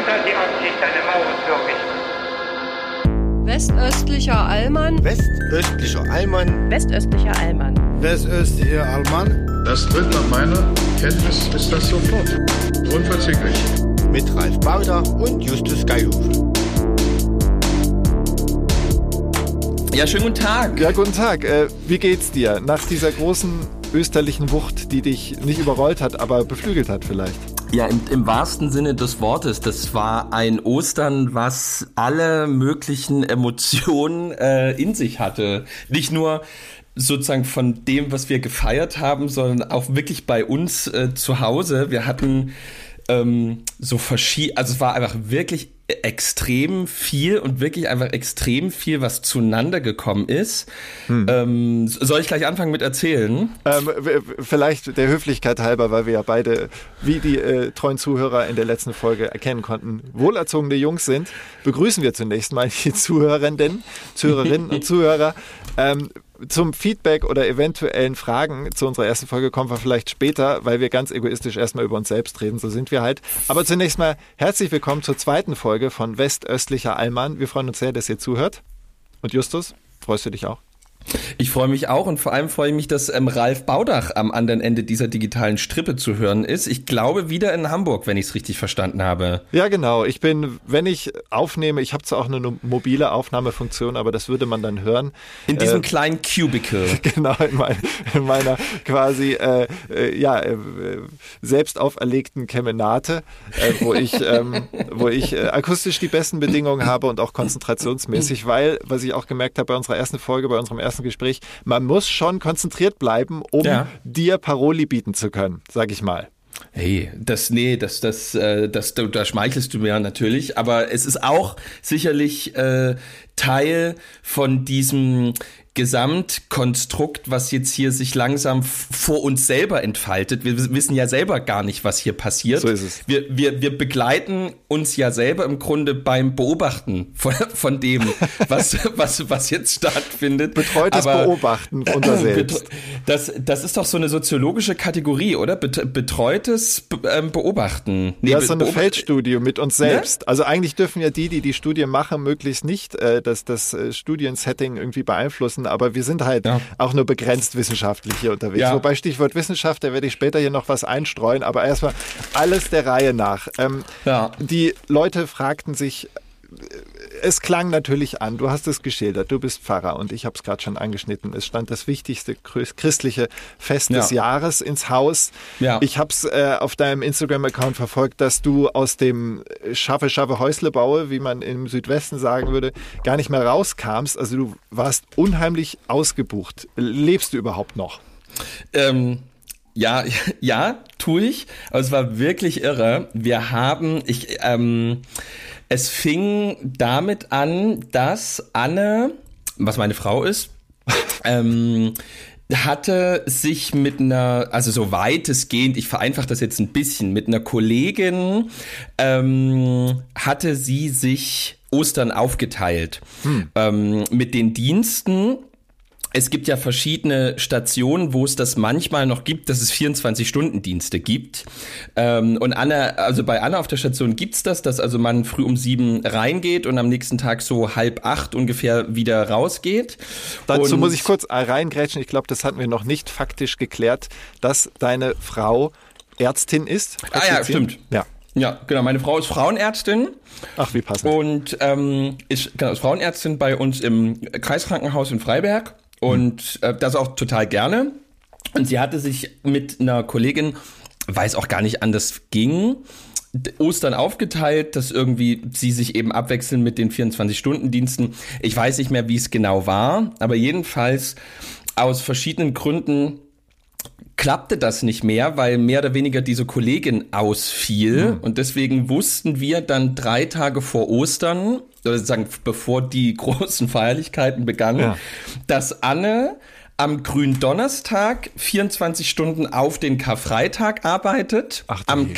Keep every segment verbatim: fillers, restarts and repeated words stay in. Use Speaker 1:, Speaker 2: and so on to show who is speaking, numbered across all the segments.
Speaker 1: Hitler die Absicht, eine Mauer zu errichten.
Speaker 2: Westöstlicher Allmann.
Speaker 3: Westöstlicher Allmann.
Speaker 2: Westöstlicher Allmann.
Speaker 3: Westöstlicher Allmann.
Speaker 4: Das tritt nach meiner Kenntnis ist das sofort. Unverzüglich.
Speaker 3: Mit Ralf Baudach und Justus Geihof.
Speaker 5: Ja, schönen guten Tag.
Speaker 6: Ja, guten Tag. Äh, wie geht's dir nach dieser großen österlichen Wucht, die dich nicht überrollt hat, aber beflügelt hat vielleicht?
Speaker 5: Ja, im, im wahrsten Sinne des Wortes. Das war ein Ostern, was alle möglichen Emotionen äh, in sich hatte. Nicht nur sozusagen von dem, was wir gefeiert haben, sondern auch wirklich bei uns äh, zu Hause. Wir hatten ähm, so verschiedene, also es war einfach wirklich extrem viel und wirklich einfach extrem viel, was zueinander gekommen ist. Hm. Ähm, soll ich gleich anfangen mit erzählen?
Speaker 6: Ähm, vielleicht der Höflichkeit halber, weil wir ja beide, wie die äh, treuen Zuhörer in der letzten Folge erkennen konnten, wohlerzogene Jungs sind, begrüßen wir zunächst mal die Zuhörenden, Zuhörerinnen und Zuhörer. Ähm, Zum Feedback oder eventuellen Fragen zu unserer ersten Folge kommen wir vielleicht später, weil wir ganz egoistisch erstmal über uns selbst reden, so sind wir halt. Aber zunächst mal herzlich willkommen zur zweiten Folge von Westöstlicher Allmann. Wir freuen uns sehr, dass ihr zuhört. Und Justus, freust du dich auch?
Speaker 5: Ich freue mich auch und vor allem freue ich mich, dass ähm, Ralf Baudach am anderen Ende dieser digitalen Strippe zu hören ist. Ich glaube wieder in Hamburg, wenn ich es richtig verstanden habe.
Speaker 6: Ja, genau. Ich bin, wenn ich aufnehme, ich habe zwar auch eine mobile Aufnahmefunktion, aber das würde man dann hören.
Speaker 5: In diesem
Speaker 6: äh,
Speaker 5: kleinen Cubicle.
Speaker 6: Genau, in, mein, in meiner quasi äh, äh, ja, äh, selbst auferlegten Kemenate, äh, wo ich, ähm, wo ich äh, akustisch die besten Bedingungen habe und auch konzentrationsmäßig, weil, was ich auch gemerkt habe bei unserer ersten Folge, bei unserem ersten Gespräch, man muss schon konzentriert bleiben, um ja. dir Paroli bieten zu können, sag ich mal.
Speaker 5: Hey, das, nee, das, das, äh, das, da, da schmeichelst du mir natürlich, aber es ist auch sicherlich äh, Teil von diesem Gesamtkonstrukt, was jetzt hier sich langsam f- vor uns selber entfaltet. Wir w- wissen ja selber gar nicht, was hier passiert.
Speaker 6: So ist es.
Speaker 5: Wir, wir, wir begleiten uns ja selber im Grunde beim Beobachten von, von dem, was, was, was jetzt stattfindet.
Speaker 6: Betreutes
Speaker 5: Aber,
Speaker 6: Beobachten unter selbst.
Speaker 5: Das, das ist doch so eine soziologische Kategorie, oder? Betreutes Be- ähm, Beobachten.
Speaker 6: Nee, ja, so eine
Speaker 5: Beob-
Speaker 6: Feldstudie mit uns selbst.
Speaker 5: Ne?
Speaker 6: Also eigentlich dürfen ja die, die die Studie machen, möglichst nicht äh, das, das äh, Studiensetting irgendwie beeinflussen, aber wir sind halt ja. auch nur begrenzt wissenschaftlich hier unterwegs. Ja. Wobei Stichwort Wissenschaft, da werde ich später hier noch was einstreuen, aber erstmal alles der Reihe nach. Ähm, ja. Die Leute fragten sich, es klang natürlich an, du hast es geschildert, du bist Pfarrer und ich habe es gerade schon angeschnitten, es stand das wichtigste christliche Fest des ja. Jahres ins Haus. Ja. Ich habe es äh, auf deinem Instagram-Account verfolgt, dass du aus dem Schaffe, Schaffe, Häusle baue, wie man im Südwesten sagen würde, gar nicht mehr rauskamst. Also du warst unheimlich ausgebucht. Lebst du überhaupt noch?
Speaker 5: Ähm... Ja, ja, tue ich. Aber es war wirklich irre. Wir haben, ich, ähm, es fing damit an, dass Anne, was meine Frau ist, ähm, hatte sich mit einer, also so weitestgehend, ich vereinfache das jetzt ein bisschen, mit einer Kollegin, ähm, hatte sie sich Ostern aufgeteilt. Hm. Ähm, mit den Diensten. Es gibt ja verschiedene Stationen, wo es das manchmal noch gibt, dass es vierundzwanzig-Stunden-Dienste gibt. Ähm, und Anna, also bei Anna auf der Station gibt's das, dass also man früh um sieben reingeht und am nächsten Tag so halb acht ungefähr wieder rausgeht.
Speaker 6: Dazu
Speaker 5: und
Speaker 6: muss ich kurz reingrätschen. Ich glaube, das hatten wir noch nicht faktisch geklärt, dass deine Frau Ärztin ist.
Speaker 5: Ah ja, stimmt.
Speaker 6: Ja.
Speaker 5: Ja, genau. Meine Frau ist Frauenärztin.
Speaker 6: Ach, wie passend.
Speaker 5: Und ähm, ist, genau, ist Frauenärztin bei uns im Kreiskrankenhaus in Freiberg. Und äh, das auch total gerne. Und sie hatte sich mit einer Kollegin, weiß auch gar nicht anders ging, Ostern aufgeteilt, dass irgendwie sie sich eben abwechseln mit den vierundzwanzig-Stunden-Diensten. Ich weiß nicht mehr, wie es genau war, aber jedenfalls aus verschiedenen Gründen klappte das nicht mehr, weil mehr oder weniger diese Kollegin ausfiel. Mhm. Und deswegen wussten wir dann drei Tage vor Ostern, oder sozusagen bevor die großen Feierlichkeiten begannen, ja. dass Anne am Gründonnerstag vierundzwanzig Stunden auf den Karfreitag arbeitet,
Speaker 6: Ach,
Speaker 5: am, Ka-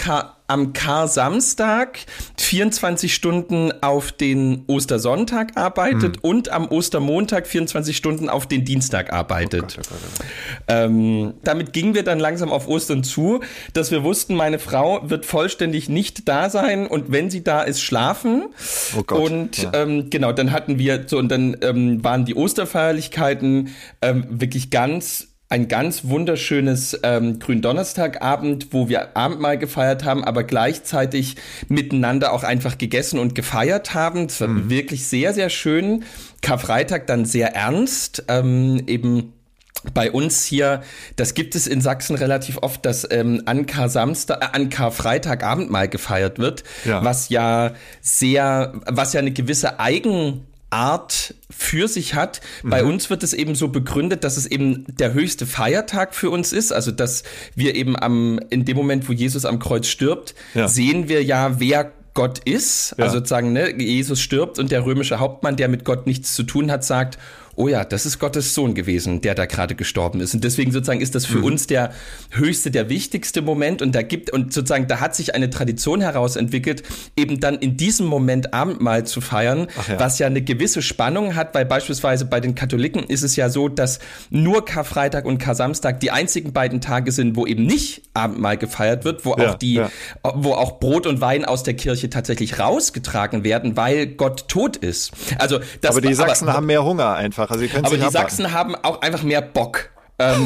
Speaker 5: am Kar-Samstag vierundzwanzig Stunden auf den Ostersonntag arbeitet hm. und am Ostermontag vierundzwanzig Stunden auf den Dienstag arbeitet. Oh Gott, oh Gott, oh Gott. Ähm, damit gingen wir dann langsam auf Ostern zu, dass wir wussten, meine Frau wird vollständig nicht da sein und wenn sie da ist, schlafen.
Speaker 6: Oh Gott.
Speaker 5: Und
Speaker 6: ja.
Speaker 5: ähm, genau, dann hatten wir so und dann ähm, waren die Osterfeierlichkeiten ähm, wirklich ganz ein ganz wunderschönes ähm, Gründonnerstagabend, wo wir Abendmahl gefeiert haben, aber gleichzeitig miteinander auch einfach gegessen und gefeiert haben. Es war mhm. wirklich sehr, sehr schön. Karfreitag dann sehr ernst, ähm, eben bei uns hier, das gibt es in Sachsen relativ oft, dass ähm, an Kar-Samstag, äh, an Karfreitag Abendmahl gefeiert wird, ja. was ja sehr, was ja eine gewisse Eigenart für sich hat. Mhm. Bei uns wird es eben so begründet, dass es eben der höchste Feiertag für uns ist, also dass wir eben am in dem Moment, wo Jesus am Kreuz stirbt, ja. sehen wir ja, wer Gott ist, ja. also sozusagen, ne, Jesus stirbt und der römische Hauptmann, der mit Gott nichts zu tun hat, sagt, oh ja, das ist Gottes Sohn gewesen, der da gerade gestorben ist. Und deswegen sozusagen ist das für mhm. uns der höchste, der wichtigste Moment. Und da gibt, und sozusagen, da hat sich eine Tradition herausentwickelt, eben dann in diesem Moment Abendmahl zu feiern, ja. was ja eine gewisse Spannung hat, weil beispielsweise bei den Katholiken ist es ja so, dass nur Karfreitag und Kar-Samstag die einzigen beiden Tage sind, wo eben nicht Abendmahl gefeiert wird, wo ja, auch die, ja. wo auch Brot und Wein aus der Kirche tatsächlich rausgetragen werden, weil Gott tot ist. Also das,
Speaker 6: aber die Sachsen aber, haben mehr Hunger einfach. Also
Speaker 5: aber die abwarten. Sachsen haben auch einfach mehr Bock. ähm,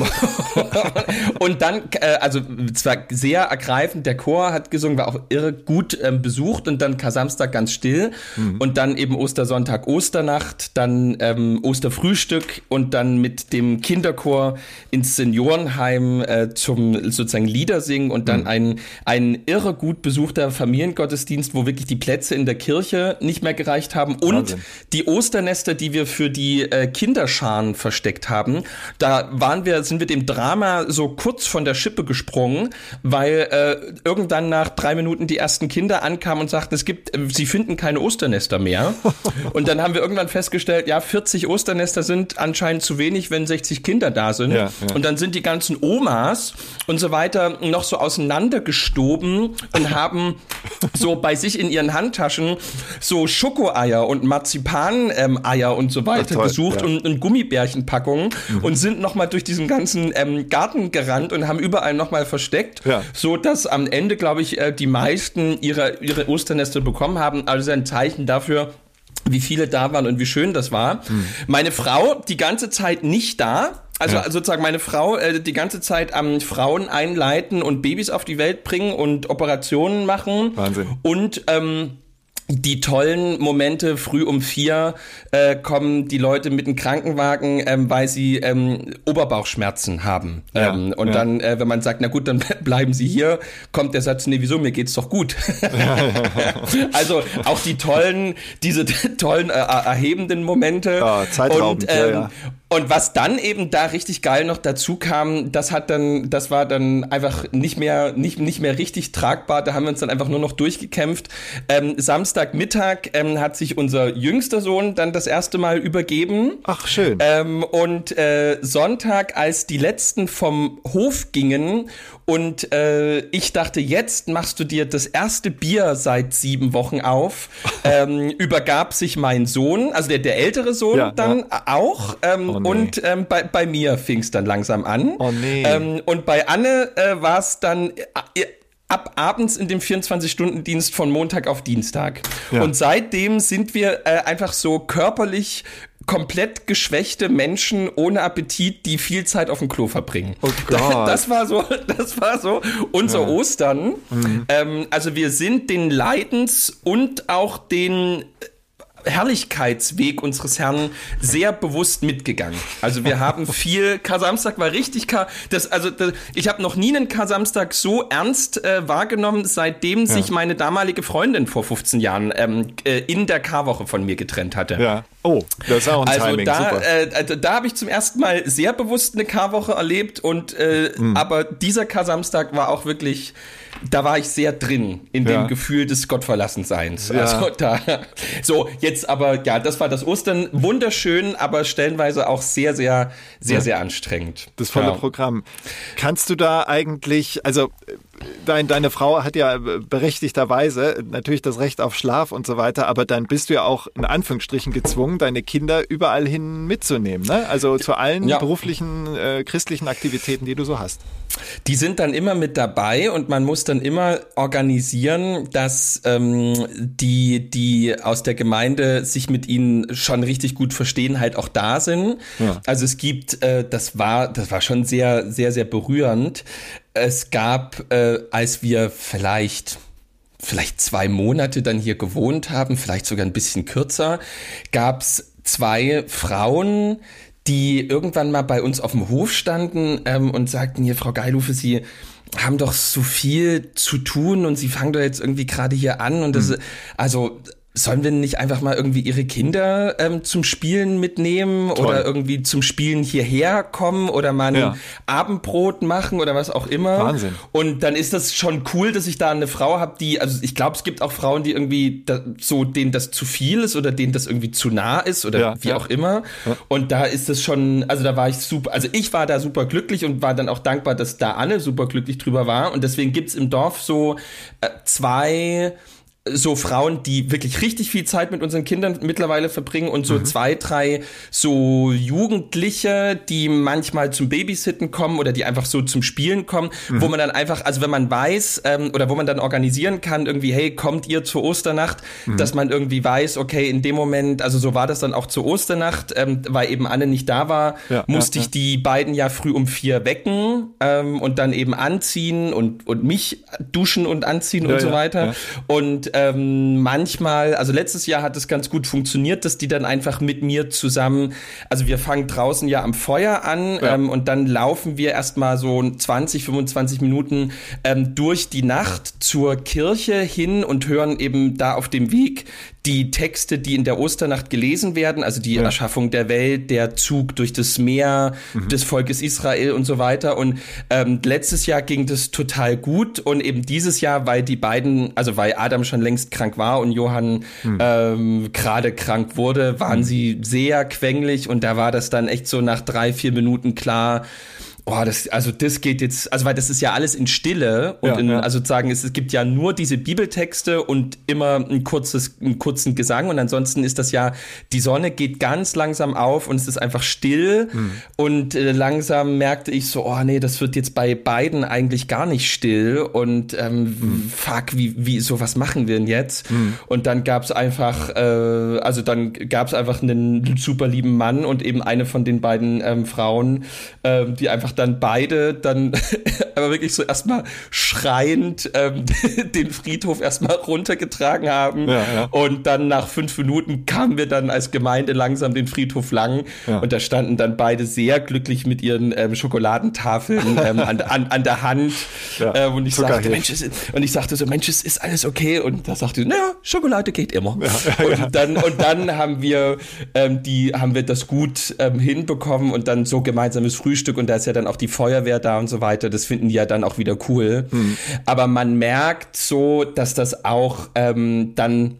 Speaker 5: und dann, äh, also zwar sehr ergreifend, der Chor hat gesungen, war auch irre gut ähm, besucht und dann Kar-Samstag ganz still mhm. und dann eben Ostersonntag, Osternacht, dann ähm, Osterfrühstück und dann mit dem Kinderchor ins Seniorenheim äh, zum sozusagen Liedersingen und dann mhm. ein, ein irre gut besuchter Familiengottesdienst, wo wirklich die Plätze in der Kirche nicht mehr gereicht haben und Wahnsinn. Die Osternester, die wir für die äh, Kinderscharen versteckt haben, da waren wir, sind wir dem Drama so kurz von der Schippe gesprungen, weil äh, irgendwann nach drei Minuten die ersten Kinder ankamen und sagten, es gibt, äh, sie finden keine Osternester mehr. Und dann haben wir irgendwann festgestellt, ja, vierzig Osternester sind anscheinend zu wenig, wenn sechzig Kinder da sind. Ja, ja. Und dann sind die ganzen Omas und so weiter noch so auseinandergestoben und haben so bei sich in ihren Handtaschen so Schokoeier und Marzipan-Eier ähm, und so weiter Ach, toll, gesucht ja. und, und Gummibärchenpackungen mhm. und sind nochmal durch diesen ganzen ähm, Garten gerannt und haben überall nochmal versteckt, ja. so dass am Ende, glaube ich, äh, die meisten ihre, ihre Osternester bekommen haben. Also ein Zeichen dafür, wie viele da waren und wie schön das war. Mhm. Meine Frau die ganze Zeit nicht da. Also ja. sozusagen meine Frau äh, die ganze Zeit am Frauen einleiten und Babys auf die Welt bringen und Operationen machen. Wahnsinn. Und ähm, die tollen Momente, früh um vier äh, kommen die Leute mit dem Krankenwagen, ähm, weil sie ähm, Oberbauchschmerzen haben. Ja, ähm, und ja. dann, äh, wenn man sagt, na gut, dann bleiben sie hier, kommt der Satz, nee, wieso, mir geht's doch gut. Ja, ja, ja. Also auch die tollen, diese tollen, äh, erhebenden Momente.
Speaker 6: Ja, zeitraubend,
Speaker 5: und, ähm,
Speaker 6: ja, ja.
Speaker 5: Und was dann eben da richtig geil noch dazu kam, das hat dann, das war dann einfach nicht mehr, nicht, nicht mehr richtig tragbar. Da haben wir uns dann einfach nur noch durchgekämpft. Ähm, Samstagmittag ähm, hat sich unser jüngster Sohn dann das erste Mal übergeben.
Speaker 6: Ach, schön.
Speaker 5: Ähm, und äh, Sonntag, als die letzten vom Hof gingen und äh, ich dachte, jetzt machst du dir das erste Bier seit sieben Wochen auf, ähm, übergab sich mein Sohn, also der, der ältere Sohn ja, dann ja. auch. Ähm, oh nee. Und ähm, bei, bei mir fing es dann langsam an.
Speaker 6: Oh nee.
Speaker 5: Ähm, und bei Anne äh, war es dann äh, ab abends in dem vierundzwanzig-Stunden-Dienst von Montag auf Dienstag. Ja. Und seitdem sind wir äh, einfach so körperlich komplett geschwächte Menschen ohne Appetit, die viel Zeit auf dem Klo verbringen.
Speaker 6: Oh Gott.
Speaker 5: Das war so, das war so unser ja. Ostern. Mhm. Ähm, also wir sind den Leidens- und auch den Herrlichkeitsweg unseres Herrn sehr bewusst mitgegangen. Also wir haben viel, Kar-Samstag war richtig, Kar, das, also das, ich habe noch nie einen Kar-Samstag so ernst äh, wahrgenommen, seitdem ja. sich meine damalige Freundin vor fünfzehn Jahren ähm, äh, in der Karwoche von mir getrennt hatte.
Speaker 6: Ja. Oh, das ist auch ein
Speaker 5: also
Speaker 6: Timing,
Speaker 5: da,
Speaker 6: super.
Speaker 5: Äh, also da habe ich zum ersten Mal sehr bewusst eine Karwoche erlebt und äh, mhm. aber dieser Kar-Samstag war auch wirklich, da war ich sehr drin in ja. dem Gefühl des Gottverlassenseins. Ja. Also da, so jetzt aber, ja, das war das Ostern, wunderschön, aber stellenweise auch sehr, sehr, sehr, ja. sehr anstrengend.
Speaker 6: Das volle
Speaker 5: ja.
Speaker 6: Programm. Kannst du da eigentlich, also dein, deine Frau hat ja berechtigterweise natürlich das Recht auf Schlaf und so weiter, aber dann bist du ja auch in Anführungsstrichen gezwungen, deine Kinder überall hin mitzunehmen, ne? Also zu allen ja. beruflichen, äh, christlichen Aktivitäten, die du so hast.
Speaker 5: Die sind dann immer mit dabei und man muss dann immer organisieren, dass ähm, die, die aus der Gemeinde sich mit ihnen schon richtig gut verstehen, halt auch da sind. Ja. Also es gibt, äh, das war, das war schon sehr, sehr, sehr berührend. Es gab, äh, als wir vielleicht vielleicht zwei Monate dann hier gewohnt haben, vielleicht sogar ein bisschen kürzer, gab's zwei Frauen, die irgendwann mal bei uns auf dem Hof standen ähm, und sagten, hier, Frau Geilufe, Sie haben doch so viel zu tun und Sie fangen doch jetzt irgendwie gerade hier an und das, mhm. also sollen wir nicht einfach mal irgendwie Ihre Kinder ähm, zum Spielen mitnehmen Toll. Oder irgendwie zum Spielen hierher kommen oder mal ein ja. Abendbrot machen oder was auch immer.
Speaker 6: Wahnsinn.
Speaker 5: Und dann ist das schon cool, dass ich da eine Frau habe, die, also ich glaube, es gibt auch Frauen, die irgendwie da, so, denen das zu viel ist oder denen das irgendwie zu nah ist oder ja, wie ja. auch immer. Ja. Und da ist es schon, also da war ich super, also ich war da super glücklich und war dann auch dankbar, dass da Anne super glücklich drüber war. Und deswegen gibt's im Dorf so äh, zwei so Frauen, die wirklich richtig viel Zeit mit unseren Kindern mittlerweile verbringen und so mhm. zwei, drei so Jugendliche, die manchmal zum Babysitten kommen oder die einfach so zum Spielen kommen, mhm. wo man dann einfach, also wenn man weiß ähm, oder wo man dann organisieren kann, irgendwie, hey, kommt ihr zur Osternacht, mhm. dass man irgendwie weiß, okay, in dem Moment, also so war das dann auch zur Osternacht, ähm, weil eben Anne nicht da war, ja, musste ja, ich ja. die beiden ja früh um vier wecken ähm, und dann eben anziehen und, und mich duschen und anziehen ja, und so ja, weiter. Ja. Und Ähm, manchmal, also letztes Jahr hat es ganz gut funktioniert, dass die dann einfach mit mir zusammen, also wir fangen draußen ja am Feuer an ja. ähm, und dann laufen wir erstmal so zwanzig, fünfundzwanzig Minuten ähm, durch die Nacht zur Kirche hin und hören eben da auf dem Weg die Texte, die in der Osternacht gelesen werden, also die ja. Erschaffung der Welt, der Zug durch das Meer, mhm. des Volkes Israel und so weiter. Und ähm, letztes Jahr ging das total gut und eben dieses Jahr, weil die beiden, also weil Adam schon längst krank war und Johann mhm. ähm, gerade krank wurde, waren mhm. sie sehr quengelig und da war das dann echt so nach drei, vier Minuten klar, oh, das, also das geht jetzt, also weil das ist ja alles in Stille und ja, in, ja. also sozusagen es, es gibt ja nur diese Bibeltexte und immer ein kurzes, einen kurzen Gesang und ansonsten ist das ja, die Sonne geht ganz langsam auf und es ist einfach still hm. und äh, langsam merkte ich so, oh nee, das wird jetzt bei beiden eigentlich gar nicht still und ähm, hm. fuck, wie, wie, so was machen wir denn jetzt? Hm. Und dann gab's einfach, äh, also dann gab's einfach einen super lieben Mann und eben eine von den beiden ähm, Frauen, äh, die einfach dann beide dann aber wirklich so erstmal schreiend ähm, den Friedhof erstmal runtergetragen haben ja, ja. und dann nach fünf Minuten kamen wir dann als Gemeinde langsam den Friedhof lang ja. und da standen dann beide sehr glücklich mit ihren ähm, Schokoladentafeln ähm, an, an, an der Hand ja. äh, und ich sagte, Mensch, es ist, und ich sagte so, Mensch, es ist alles okay und da sagte sie, naja, Schokolade geht immer ja, ja, und ja. dann und dann haben wir ähm, die haben wir das gut ähm, hinbekommen und dann so gemeinsames Frühstück und da ist ja dann auch die Feuerwehr da und so weiter, das finden die ja dann auch wieder cool. Hm. Aber man merkt so, dass das auch ähm, dann,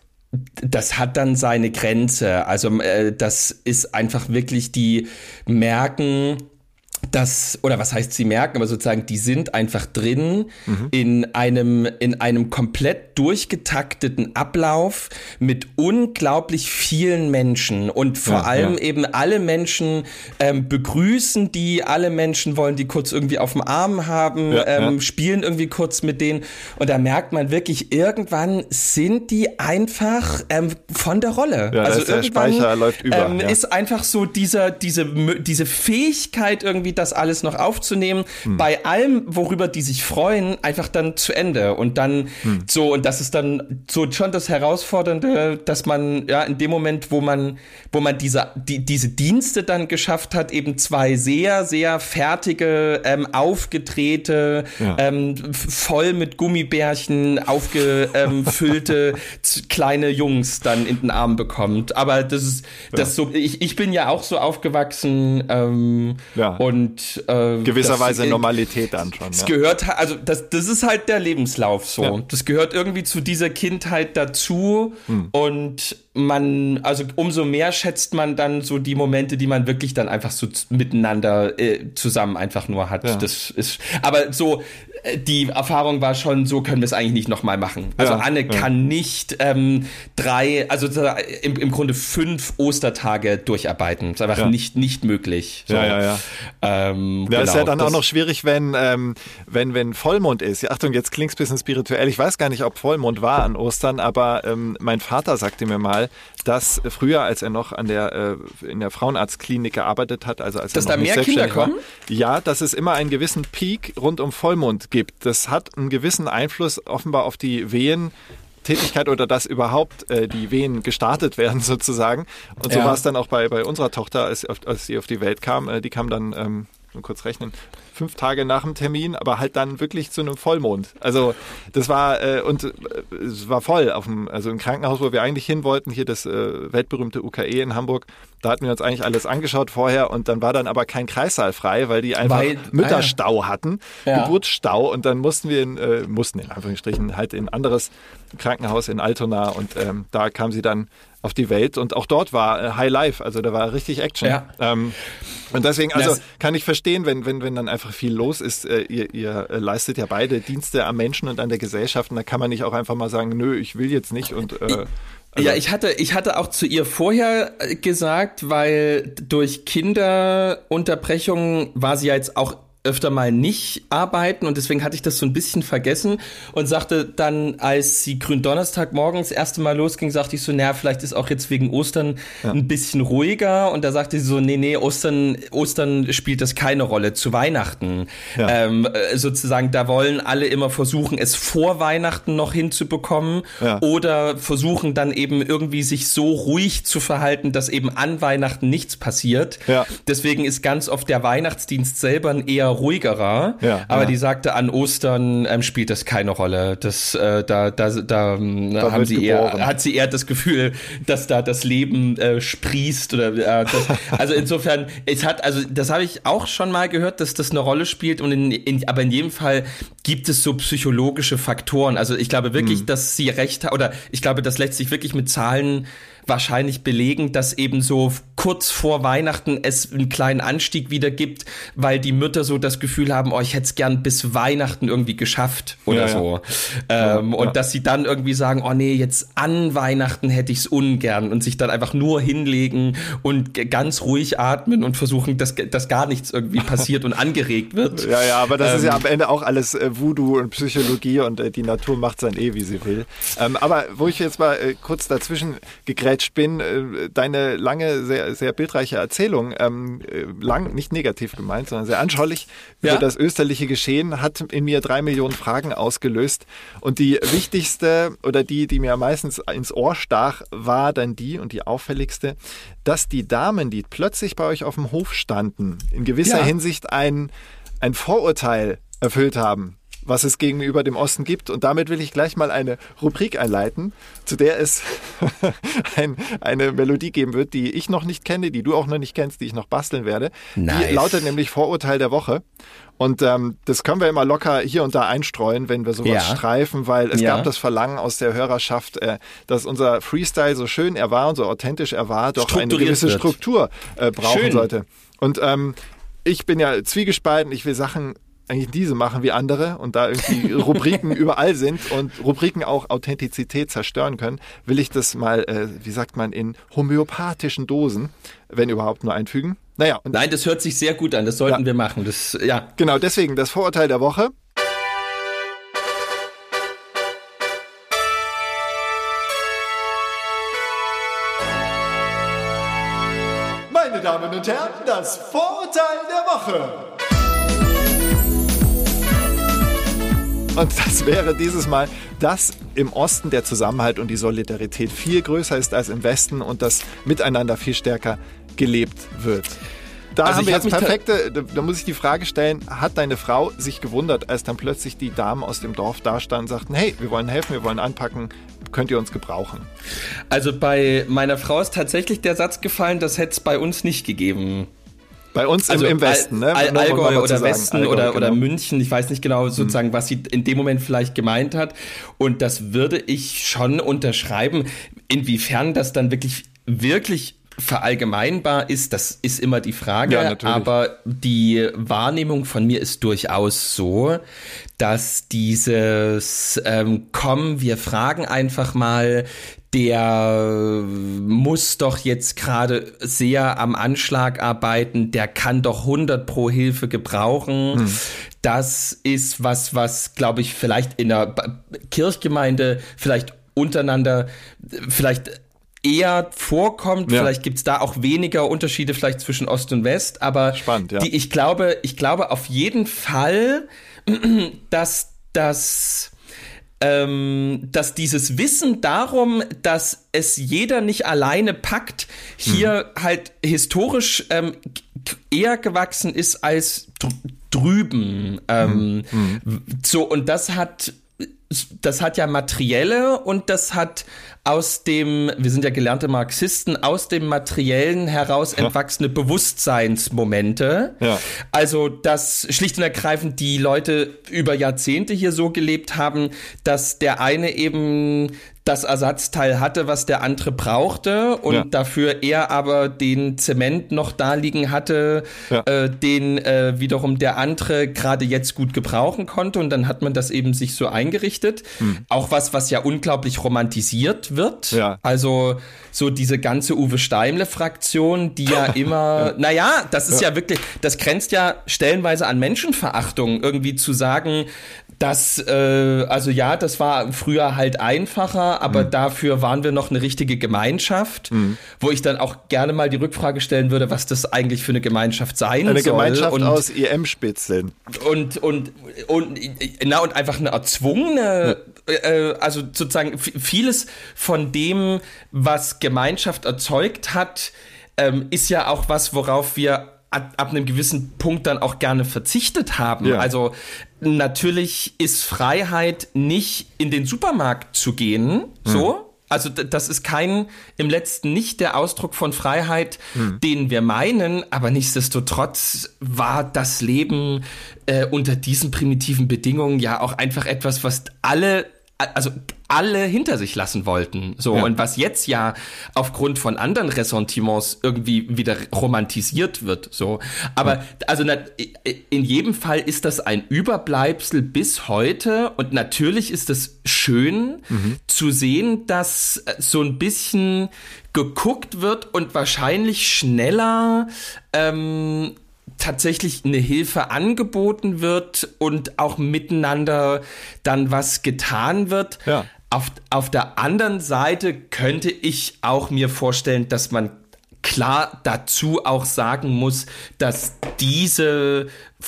Speaker 5: das hat dann seine Grenze. Also äh, das ist einfach wirklich, die merken, das, oder was heißt sie merken, aber sozusagen, die sind einfach drin mhm. in einem, in einem komplett durchgetakteten Ablauf mit unglaublich vielen Menschen und vor ja, allem ja. eben alle Menschen ähm, begrüßen die, alle Menschen wollen die kurz irgendwie auf dem Arm haben, ja, ähm, ja. spielen irgendwie kurz mit denen und da merkt man wirklich, irgendwann sind die einfach ähm, von der Rolle.
Speaker 6: Ja, also der Speicher läuft über.
Speaker 5: Ähm, ja. Ist einfach so dieser, diese, diese Fähigkeit irgendwie das alles noch aufzunehmen, hm. bei allem, worüber die sich freuen, einfach dann zu Ende und dann hm. so, und das ist dann so schon das Herausfordernde, dass man, ja, in dem Moment, wo man, wo man diese, die, diese Dienste dann geschafft hat, eben zwei sehr, sehr fertige, ähm, aufgedrehte, ja. ähm, voll mit Gummibärchen aufgefüllte kleine Jungs dann in den Arm bekommt. Aber das ist, das ja. so, ich, ich bin ja auch so aufgewachsen, ähm, ja. und und äh,
Speaker 6: gewisserweise
Speaker 5: das,
Speaker 6: Normalität dann schon.
Speaker 5: Es
Speaker 6: ja.
Speaker 5: gehört, also das, das ist halt der Lebenslauf so. Ja. Das gehört irgendwie zu dieser Kindheit dazu hm. und man, also umso mehr schätzt man dann so die Momente, die man wirklich dann einfach so miteinander äh, zusammen einfach nur hat. Ja. Das ist, aber so, die Erfahrung war schon, so können wir es eigentlich nicht nochmal machen. Also ja, Anne ja. kann nicht ähm, drei, also im, im Grunde fünf Ostertage durcharbeiten. Das ist einfach ja. nicht, nicht möglich. So.
Speaker 6: Ja, ja, ja.
Speaker 5: Ähm,
Speaker 6: ja,
Speaker 5: genau,
Speaker 6: ist ja dann
Speaker 5: das
Speaker 6: auch noch schwierig, wenn, ähm, wenn, wenn Vollmond ist. Ja, Achtung, jetzt klingt's ein bisschen spirituell. Ich weiß gar nicht, ob Vollmond war an Ostern, aber ähm, mein Vater sagte mir mal, dass früher, als er noch an der, äh, in der Frauenarztklinik gearbeitet hat, also als
Speaker 5: dass
Speaker 6: er noch
Speaker 5: da
Speaker 6: nicht
Speaker 5: mehr Kinder
Speaker 6: selbstständig war,
Speaker 5: kommen?
Speaker 6: ja, dass es immer einen gewissen Peak rund um Vollmond gibt. Das hat einen gewissen Einfluss offenbar auf die Wehentätigkeit oder dass überhaupt äh, die Wehen gestartet werden sozusagen. Und so
Speaker 5: ja.
Speaker 6: war es dann auch bei, bei unserer Tochter, als, als sie auf die Welt kam. Äh, die kam dann, ähm, mal kurz rechnen, fünf Tage nach dem Termin, aber halt dann wirklich zu einem Vollmond. Also das war, äh, und äh, es war voll auf dem, also im Krankenhaus, wo wir eigentlich hin wollten, hier das äh, weltberühmte U K E in Hamburg. Da hatten wir uns eigentlich alles angeschaut vorher und dann war dann aber kein Kreissaal frei, weil die einfach weil, Mütterstau hatten, ja. Geburtsstau und dann mussten wir in, äh, mussten in Anführungsstrichen halt in ein anderes Krankenhaus in Altona und ähm, da kam sie dann auf die Welt und auch dort war äh, High Life, also da war richtig Action. Ja. Ähm, und deswegen, also das kann ich verstehen, wenn, wenn, wenn dann einfach viel los ist, äh, ihr, ihr äh, leistet ja beide Dienste am Menschen und an der Gesellschaft und da kann man nicht auch einfach mal sagen, nö, ich will jetzt nicht und äh, also
Speaker 5: ja, ich hatte, ich hatte auch zu ihr vorher gesagt, weil durch Kinderunterbrechungen war sie ja jetzt auch öfter mal nicht arbeiten und deswegen hatte ich das so ein bisschen vergessen und sagte dann, als sie Gründonnerstag morgens das erste Mal losging, sagte ich so, naja, vielleicht ist auch jetzt wegen Ostern ja. ein bisschen ruhiger und da sagte sie so, nee, nee, Ostern, Ostern spielt das keine Rolle, zu Weihnachten. Ja. Ähm, sozusagen, da wollen alle immer versuchen, es vor Weihnachten noch hinzubekommen ja. oder versuchen dann eben irgendwie sich so ruhig zu verhalten, dass eben an Weihnachten nichts passiert. Ja. Deswegen ist ganz oft der Weihnachtsdienst selber ein eher ruhigerer, ja, aber ja. die sagte, an Ostern ähm, spielt das keine Rolle. Das, äh, da, da, da, da haben sie eher, hat sie eher das Gefühl, dass da das Leben äh, sprießt oder äh, das, also insofern, es hat, also das habe ich auch schon mal gehört, dass das eine Rolle spielt und in, in, aber in jedem Fall gibt es so psychologische Faktoren. Also ich glaube wirklich, hm. dass sie recht hat oder ich glaube, das lässt sich wirklich mit Zahlen wahrscheinlich belegen, dass eben so kurz vor Weihnachten es einen kleinen Anstieg wieder gibt, weil die Mütter so das Gefühl haben, oh, ich hätte es gern bis Weihnachten irgendwie geschafft oder ja, so. Ja. Ähm, ja, und ja. dass sie dann irgendwie sagen, oh nee, jetzt an Weihnachten hätte ich es ungern und sich dann einfach nur hinlegen und ganz ruhig atmen und versuchen, dass, dass gar nichts irgendwie passiert und angeregt wird.
Speaker 6: Ja, ja, aber das ähm, ist ja am Ende auch alles äh, Voodoo und Psychologie und äh, die Natur macht es dann eh, wie sie will. Ähm, aber wo ich jetzt mal äh, kurz dazwischen gegrätscht bin, äh, deine lange, sehr, sehr bildreiche Erzählung, ähm, lang, nicht negativ gemeint, sondern sehr anschaulich ja. über das österliche Geschehen, hat in mir drei Millionen Fragen ausgelöst. Und die wichtigste oder die, die mir meistens ins Ohr stach, war dann die und die auffälligste, dass die Damen, die plötzlich bei euch auf dem Hof standen, in gewisser ja. Hinsicht ein, ein Vorurteil erfüllt haben, was es gegenüber dem Osten gibt. Und damit will ich gleich mal eine Rubrik einleiten, zu der es ein, eine Melodie geben wird, die ich noch nicht kenne, die du auch noch nicht kennst, die ich noch basteln werde. Nice. Die lautet nämlich Vorurteil der Woche. Und ähm, das können wir immer locker hier und da einstreuen, wenn wir sowas ja. streifen, weil es ja. gab das Verlangen aus der Hörerschaft, äh, dass unser Freestyle, so schön er war und so authentisch er war, doch eine gewisse wird. Struktur äh, brauchen schön. sollte. Und ähm, ich bin ja zwiegespalten, ich will Sachen eigentlich diese machen wie andere und da irgendwie Rubriken überall sind und Rubriken auch Authentizität zerstören können, will ich das mal, äh, wie sagt man, in homöopathischen Dosen, wenn überhaupt, nur einfügen. Naja. Und
Speaker 5: Nein, das hört sich sehr gut an, das sollten ja. wir machen. Das, ja.
Speaker 6: Genau, deswegen das Vorurteil der Woche. Meine Damen und Herren, das Vorurteil der Woche. Und das wäre dieses Mal, dass im Osten der Zusammenhalt und die Solidarität viel größer ist als im Westen und das Miteinander viel stärker gelebt wird. Da also haben wir jetzt perfekte, da, da muss ich die Frage stellen, hat deine Frau sich gewundert, als dann plötzlich die Damen aus dem Dorf dastanden und sagten, hey, wir wollen helfen, wir wollen anpacken, könnt ihr uns gebrauchen?
Speaker 5: Also bei meiner Frau ist tatsächlich der Satz gefallen, das hätte es bei uns nicht gegeben.
Speaker 6: Bei uns
Speaker 5: also
Speaker 6: im, im Westen,
Speaker 5: Al-
Speaker 6: ne?
Speaker 5: Al- Allgäu oder
Speaker 6: sagen.
Speaker 5: Westen
Speaker 6: Allgäu,
Speaker 5: oder,
Speaker 6: genau.
Speaker 5: oder München, ich weiß nicht genau sozusagen, was sie in dem Moment vielleicht gemeint hat. Und das würde ich schon unterschreiben. Inwiefern das dann wirklich, wirklich verallgemeinbar ist, das ist immer die Frage.
Speaker 6: Ja, natürlich.
Speaker 5: Aber die Wahrnehmung von mir ist durchaus so, dass dieses ähm, komm, wir fragen einfach mal, der muss doch jetzt gerade sehr am Anschlag arbeiten, der kann doch hundert pro Hilfe gebrauchen. Hm. Das ist was, was, glaube ich, vielleicht in der Kirchgemeinde, vielleicht untereinander, vielleicht eher vorkommt. Ja. Vielleicht gibt's da auch weniger Unterschiede vielleicht zwischen Ost und West, aber
Speaker 6: Spannend, ja.
Speaker 5: die, ich glaube, ich glaube auf jeden Fall, dass das Ähm, dass dieses Wissen darum, dass es jeder nicht alleine packt, hier hm. halt historisch ähm, eher gewachsen ist als dr- drüben. Ähm, hm. Hm. So, und das hat das hat ja materielle und das hat aus dem, wir sind ja gelernte Marxisten, aus dem Materiellen heraus ja. entwachsene Bewusstseinsmomente. Ja. Also, dass schlicht und ergreifend die Leute über Jahrzehnte hier so gelebt haben, dass der eine eben das Ersatzteil hatte, was der andere brauchte und ja. dafür er aber den Zement noch da liegen hatte, ja. äh, den äh, wiederum der andere gerade jetzt gut gebrauchen konnte und dann hat man das eben sich so eingerichtet. Hm. Auch was, was ja unglaublich romantisiert wird. Ja. Also so diese ganze Uwe Steimle-Fraktion, die ja immer, ja. naja, das ist ja. ja wirklich, das grenzt ja stellenweise an Menschenverachtung, irgendwie zu sagen, dass, äh, also ja, das war früher halt einfacher, aber mhm. dafür waren wir noch eine richtige Gemeinschaft, mhm. wo ich dann auch gerne mal die Rückfrage stellen würde, was das eigentlich für eine Gemeinschaft sein
Speaker 6: eine
Speaker 5: soll.
Speaker 6: Eine Gemeinschaft
Speaker 5: und,
Speaker 6: aus E M-Spitzeln.
Speaker 5: Und, und, und, na, und einfach eine erzwungene, ja. äh, also sozusagen vieles von dem, was Gemeinschaft erzeugt hat, ähm, ist ja auch was, worauf wir ab, ab einem gewissen Punkt dann auch gerne verzichtet haben. Ja. Also natürlich ist Freiheit nicht in den Supermarkt zu gehen, so. Mhm. Also das ist kein, im letzten nicht der Ausdruck von Freiheit, mhm. den wir meinen, aber nichtsdestotrotz war das Leben äh, unter diesen primitiven Bedingungen ja auch einfach etwas, was alle also alle hinter sich lassen wollten. So, ja. Und was jetzt ja aufgrund von anderen Ressentiments irgendwie wieder romantisiert wird. So. Aber ja. also in jedem Fall ist das ein Überbleibsel bis heute. Und natürlich ist es schön mhm. zu sehen, dass so ein bisschen geguckt wird und wahrscheinlich schneller ähm, tatsächlich eine Hilfe angeboten wird und auch miteinander dann was getan wird. Ja. Auf, auf der anderen Seite könnte ich auch mir vorstellen, dass man klar dazu auch sagen muss, dass diese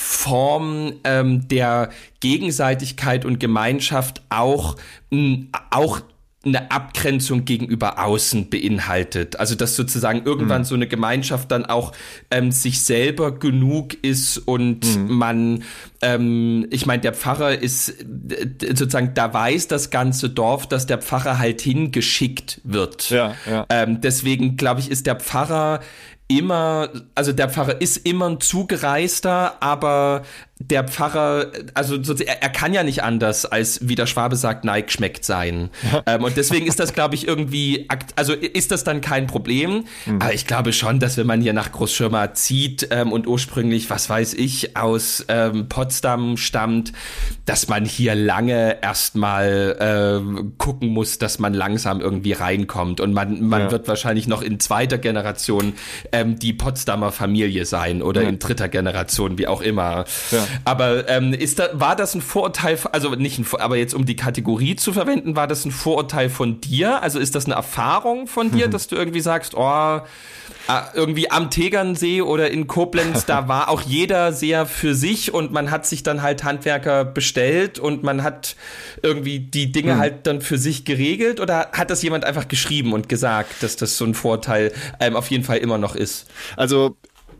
Speaker 5: Form ähm, der Gegenseitigkeit und Gemeinschaft auch, mh, auch eine Abgrenzung gegenüber außen beinhaltet. Also dass sozusagen irgendwann mhm. so eine Gemeinschaft dann auch ähm, sich selber genug ist und mhm. man, ähm, ich meine, der Pfarrer ist sozusagen, da weiß das ganze Dorf, dass der Pfarrer halt hingeschickt wird. Ja, ja. Ähm, deswegen glaube ich, ist der Pfarrer immer, also der Pfarrer ist immer ein Zugereister, aber der Pfarrer, also er, er kann ja nicht anders als, wie der Schwabe sagt, neig schmeckt sein. Ja. Ähm, und deswegen ist das, glaube ich, irgendwie, also ist das dann kein Problem. Mhm. Aber ich glaube schon, dass wenn man hier nach Großschirma zieht ähm, und ursprünglich, was weiß ich, aus ähm, Potsdam stammt, dass man hier lange erstmal äh, gucken muss, dass man langsam irgendwie reinkommt. Und man, man ja. wird wahrscheinlich noch in zweiter Generation ähm, die Potsdamer Familie sein oder ja. in dritter Generation, wie auch immer. Ja. Aber ähm, ist da, war das ein Vorurteil, also nicht ein, aber jetzt um die Kategorie zu verwenden, war das ein Vorurteil von dir? Also ist das eine Erfahrung von dir, mhm. dass du irgendwie sagst, oh, irgendwie am Tegernsee oder in Koblenz, da war auch jeder sehr für sich und man hat sich dann halt Handwerker bestellt und man hat irgendwie die Dinge mhm. halt dann für sich geregelt, oder hat das jemand einfach geschrieben und gesagt, dass das so ein Vorurteil ähm, auf jeden Fall immer noch ist?
Speaker 6: Also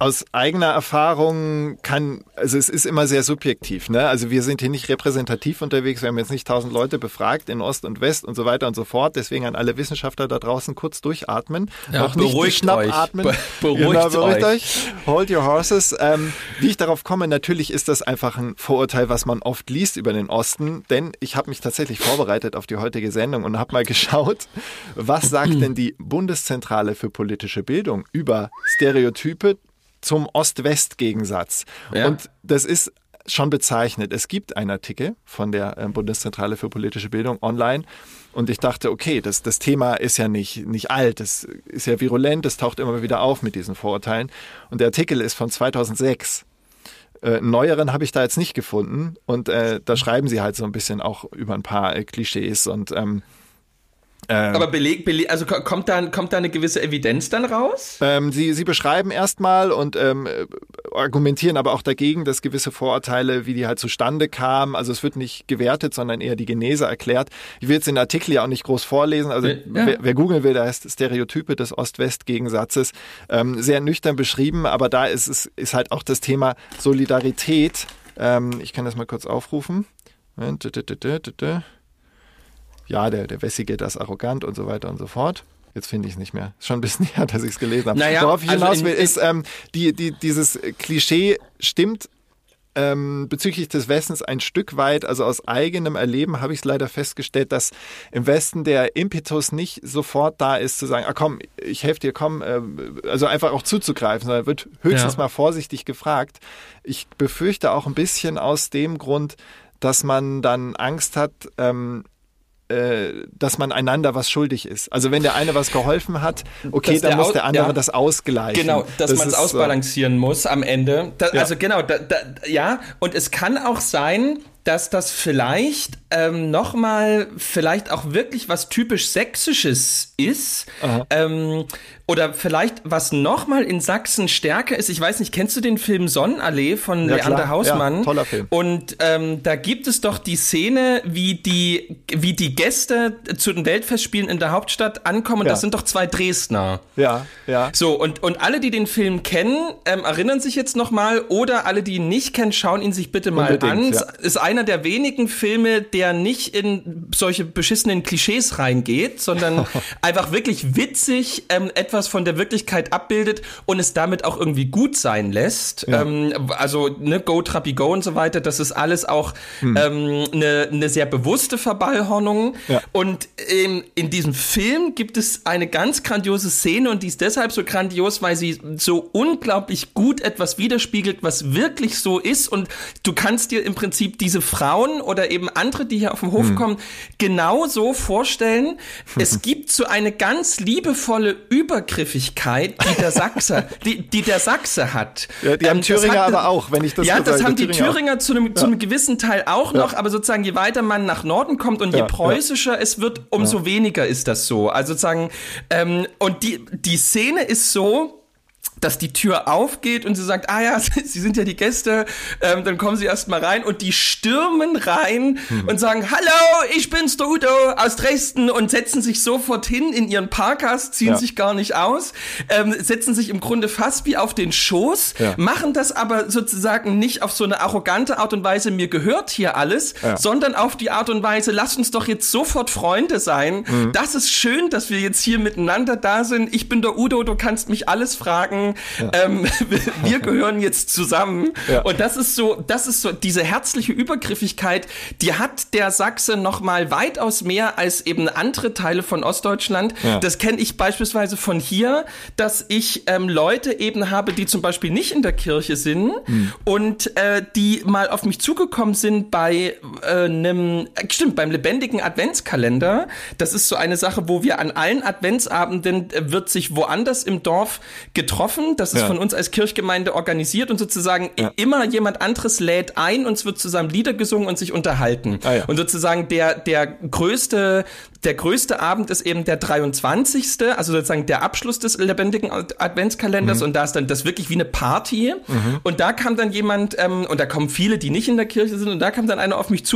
Speaker 6: aus eigener Erfahrung kann, also es ist immer sehr subjektiv, ne? Also wir sind hier nicht repräsentativ unterwegs, wir haben jetzt nicht tausend Leute befragt in Ost und West und so weiter und so fort. Deswegen an alle Wissenschaftler da draußen kurz durchatmen.
Speaker 5: Ja,
Speaker 6: Auch nicht
Speaker 5: beruhigt
Speaker 6: schnappatmen.
Speaker 5: euch. Be beruhigt,
Speaker 6: genau, beruhigt
Speaker 5: euch.
Speaker 6: euch. Hold your horses. Ähm, wie ich darauf komme, natürlich ist das einfach ein Vorurteil, was man oft liest über den Osten, denn ich habe mich tatsächlich vorbereitet auf die heutige Sendung und habe mal geschaut, was sagt denn die Bundeszentrale für politische Bildung über Stereotype zum Ost-West-Gegensatz. Ja. Und das ist schon bezeichnet. Es gibt einen Artikel von der Bundeszentrale für politische Bildung online und ich dachte, okay, das, das Thema ist ja nicht, nicht alt, das ist ja virulent, das taucht immer wieder auf mit diesen Vorurteilen. Und der Artikel ist von zweitausendsechs. Äh, neueren habe ich da jetzt nicht gefunden und äh, da schreiben sie halt so ein bisschen auch über ein paar äh, Klischees und ähm, Ähm,
Speaker 5: Aber beleg, beleg, also kommt da, kommt da eine gewisse Evidenz dann raus?
Speaker 6: Ähm, sie, sie beschreiben erstmal und ähm, argumentieren aber auch dagegen, dass gewisse Vorurteile, wie die halt zustande kamen, also es wird nicht gewertet, sondern eher die Genese erklärt. Ich will jetzt den Artikel ja auch nicht groß vorlesen, also ja. wer, wer googeln will, da heißt Stereotype des Ost-West-Gegensatzes, ähm, sehr nüchtern beschrieben, aber da ist es ist halt auch das Thema Solidarität. Ähm, ich kann das mal kurz aufrufen. Ja, der, der Wessige, das arrogant und so weiter und so fort. Jetzt finde ich es nicht mehr. Ist schon ein bisschen her, dass ich es gelesen habe.
Speaker 5: Naja,
Speaker 6: Worauf ich
Speaker 5: also
Speaker 6: hinaus
Speaker 5: in,
Speaker 6: will, ist, ähm, die, die, dieses Klischee stimmt ähm, bezüglich des Westens ein Stück weit. Also aus eigenem Erleben habe ich es leider festgestellt, dass im Westen der Impetus nicht sofort da ist, zu sagen, ah komm, ich helfe dir, komm, äh, also einfach auch zuzugreifen, sondern wird höchstens ja. mal vorsichtig gefragt. Ich befürchte auch ein bisschen aus dem Grund, dass man dann Angst hat, ähm, dass man einander was schuldig ist. Also wenn der eine was geholfen hat, okay, dass dann muss der andere ja, das ausgleichen.
Speaker 5: Genau, dass das man es ausbalancieren so. muss am Ende. Da, ja. Also genau, da, da, ja, und es kann auch sein, dass das vielleicht ähm, nochmal vielleicht auch wirklich was typisch Sächsisches ist. Ähm, oder vielleicht was nochmal in Sachsen stärker ist. Ich weiß nicht, kennst du den Film Sonnenallee von ja, Leander Hausmann?
Speaker 6: Ja, toller Film.
Speaker 5: Und ähm, da gibt es doch die Szene, wie die, wie die Gäste zu den Weltfestspielen in der Hauptstadt ankommen. Und ja. das sind doch zwei Dresdner.
Speaker 6: Ja, ja.
Speaker 5: So, und, und alle, die den Film kennen, ähm, erinnern sich jetzt nochmal. Oder alle, die ihn nicht kennen, schauen ihn sich bitte mal Unbedingt, an. Ja. Ist einer der wenigen Filme, der nicht in solche beschissenen Klischees reingeht, sondern einfach wirklich witzig ähm, etwas von der Wirklichkeit abbildet und es damit auch irgendwie gut sein lässt. Ja. Ähm, also ne, Go Trappi Go und so weiter, das ist alles auch hm. ähm, eine, eine sehr bewusste Verballhornung. Ja. Und ähm, in diesem Film gibt es eine ganz grandiose Szene und die ist deshalb so grandios, weil sie so unglaublich gut etwas widerspiegelt, was wirklich so ist und du kannst dir im Prinzip diese Frau oder eben andere, die hier auf den Hof hm. kommen, genau so vorstellen. Es gibt so eine ganz liebevolle Übergriffigkeit, die der Sachse, die, die der Sachse hat.
Speaker 6: Ja, die ähm, haben Thüringer hat, aber auch, wenn ich das
Speaker 5: Ja,
Speaker 6: so
Speaker 5: das
Speaker 6: sage,
Speaker 5: haben die
Speaker 6: Thüringer,
Speaker 5: Thüringer zu einem, ja. zu einem gewissen Teil auch noch, ja. aber sozusagen je weiter man nach Norden kommt und je ja, preußischer ja. es wird, umso ja. weniger ist das so. Also sozusagen, ähm, und die, die Szene ist so, dass die Tür aufgeht und sie sagt, ah ja, sie sind ja die Gäste, ähm, dann kommen sie erst mal rein und die stürmen rein hm. und sagen, hallo, ich bin's, der Udo aus Dresden und setzen sich sofort hin in ihren Parkas, ziehen ja. sich gar nicht aus, ähm, setzen sich im Grunde fast wie auf den Schoß, ja. machen das aber sozusagen nicht auf so eine arrogante Art und Weise, mir gehört hier alles, ja. sondern auf die Art und Weise, lasst uns doch jetzt sofort Freunde sein, mhm. das ist schön, dass wir jetzt hier miteinander da sind, ich bin der Udo, du kannst mich alles fragen, Ja. Ähm, wir gehören jetzt zusammen. Ja. Und das ist so, das ist so, diese herzliche Übergriffigkeit, die hat der Sachse noch mal weitaus mehr als eben andere Teile von Ostdeutschland. Ja. Das kenne ich beispielsweise von hier, dass ich ähm, Leute eben habe, die zum Beispiel nicht in der Kirche sind mhm. und äh, die mal auf mich zugekommen sind bei äh, einem, äh, stimmt, beim lebendigen Adventskalender. Das ist so eine Sache, wo wir an allen Adventsabenden äh, wird sich woanders im Dorf getroffen. Das ist ja. von uns als Kirchgemeinde organisiert und sozusagen ja. immer jemand anderes lädt ein und es wird zusammen Lieder gesungen und sich unterhalten. Ah, ja. Und sozusagen der, der größte, der größte Abend ist eben der dreiundzwanzigste Also sozusagen der Abschluss des lebendigen Adventskalenders mhm. und da ist dann das wirklich wie eine Party. Mhm. Und da kam dann jemand, ähm, und da kommen viele, die nicht in der Kirche sind, und da kam dann einer auf mich zu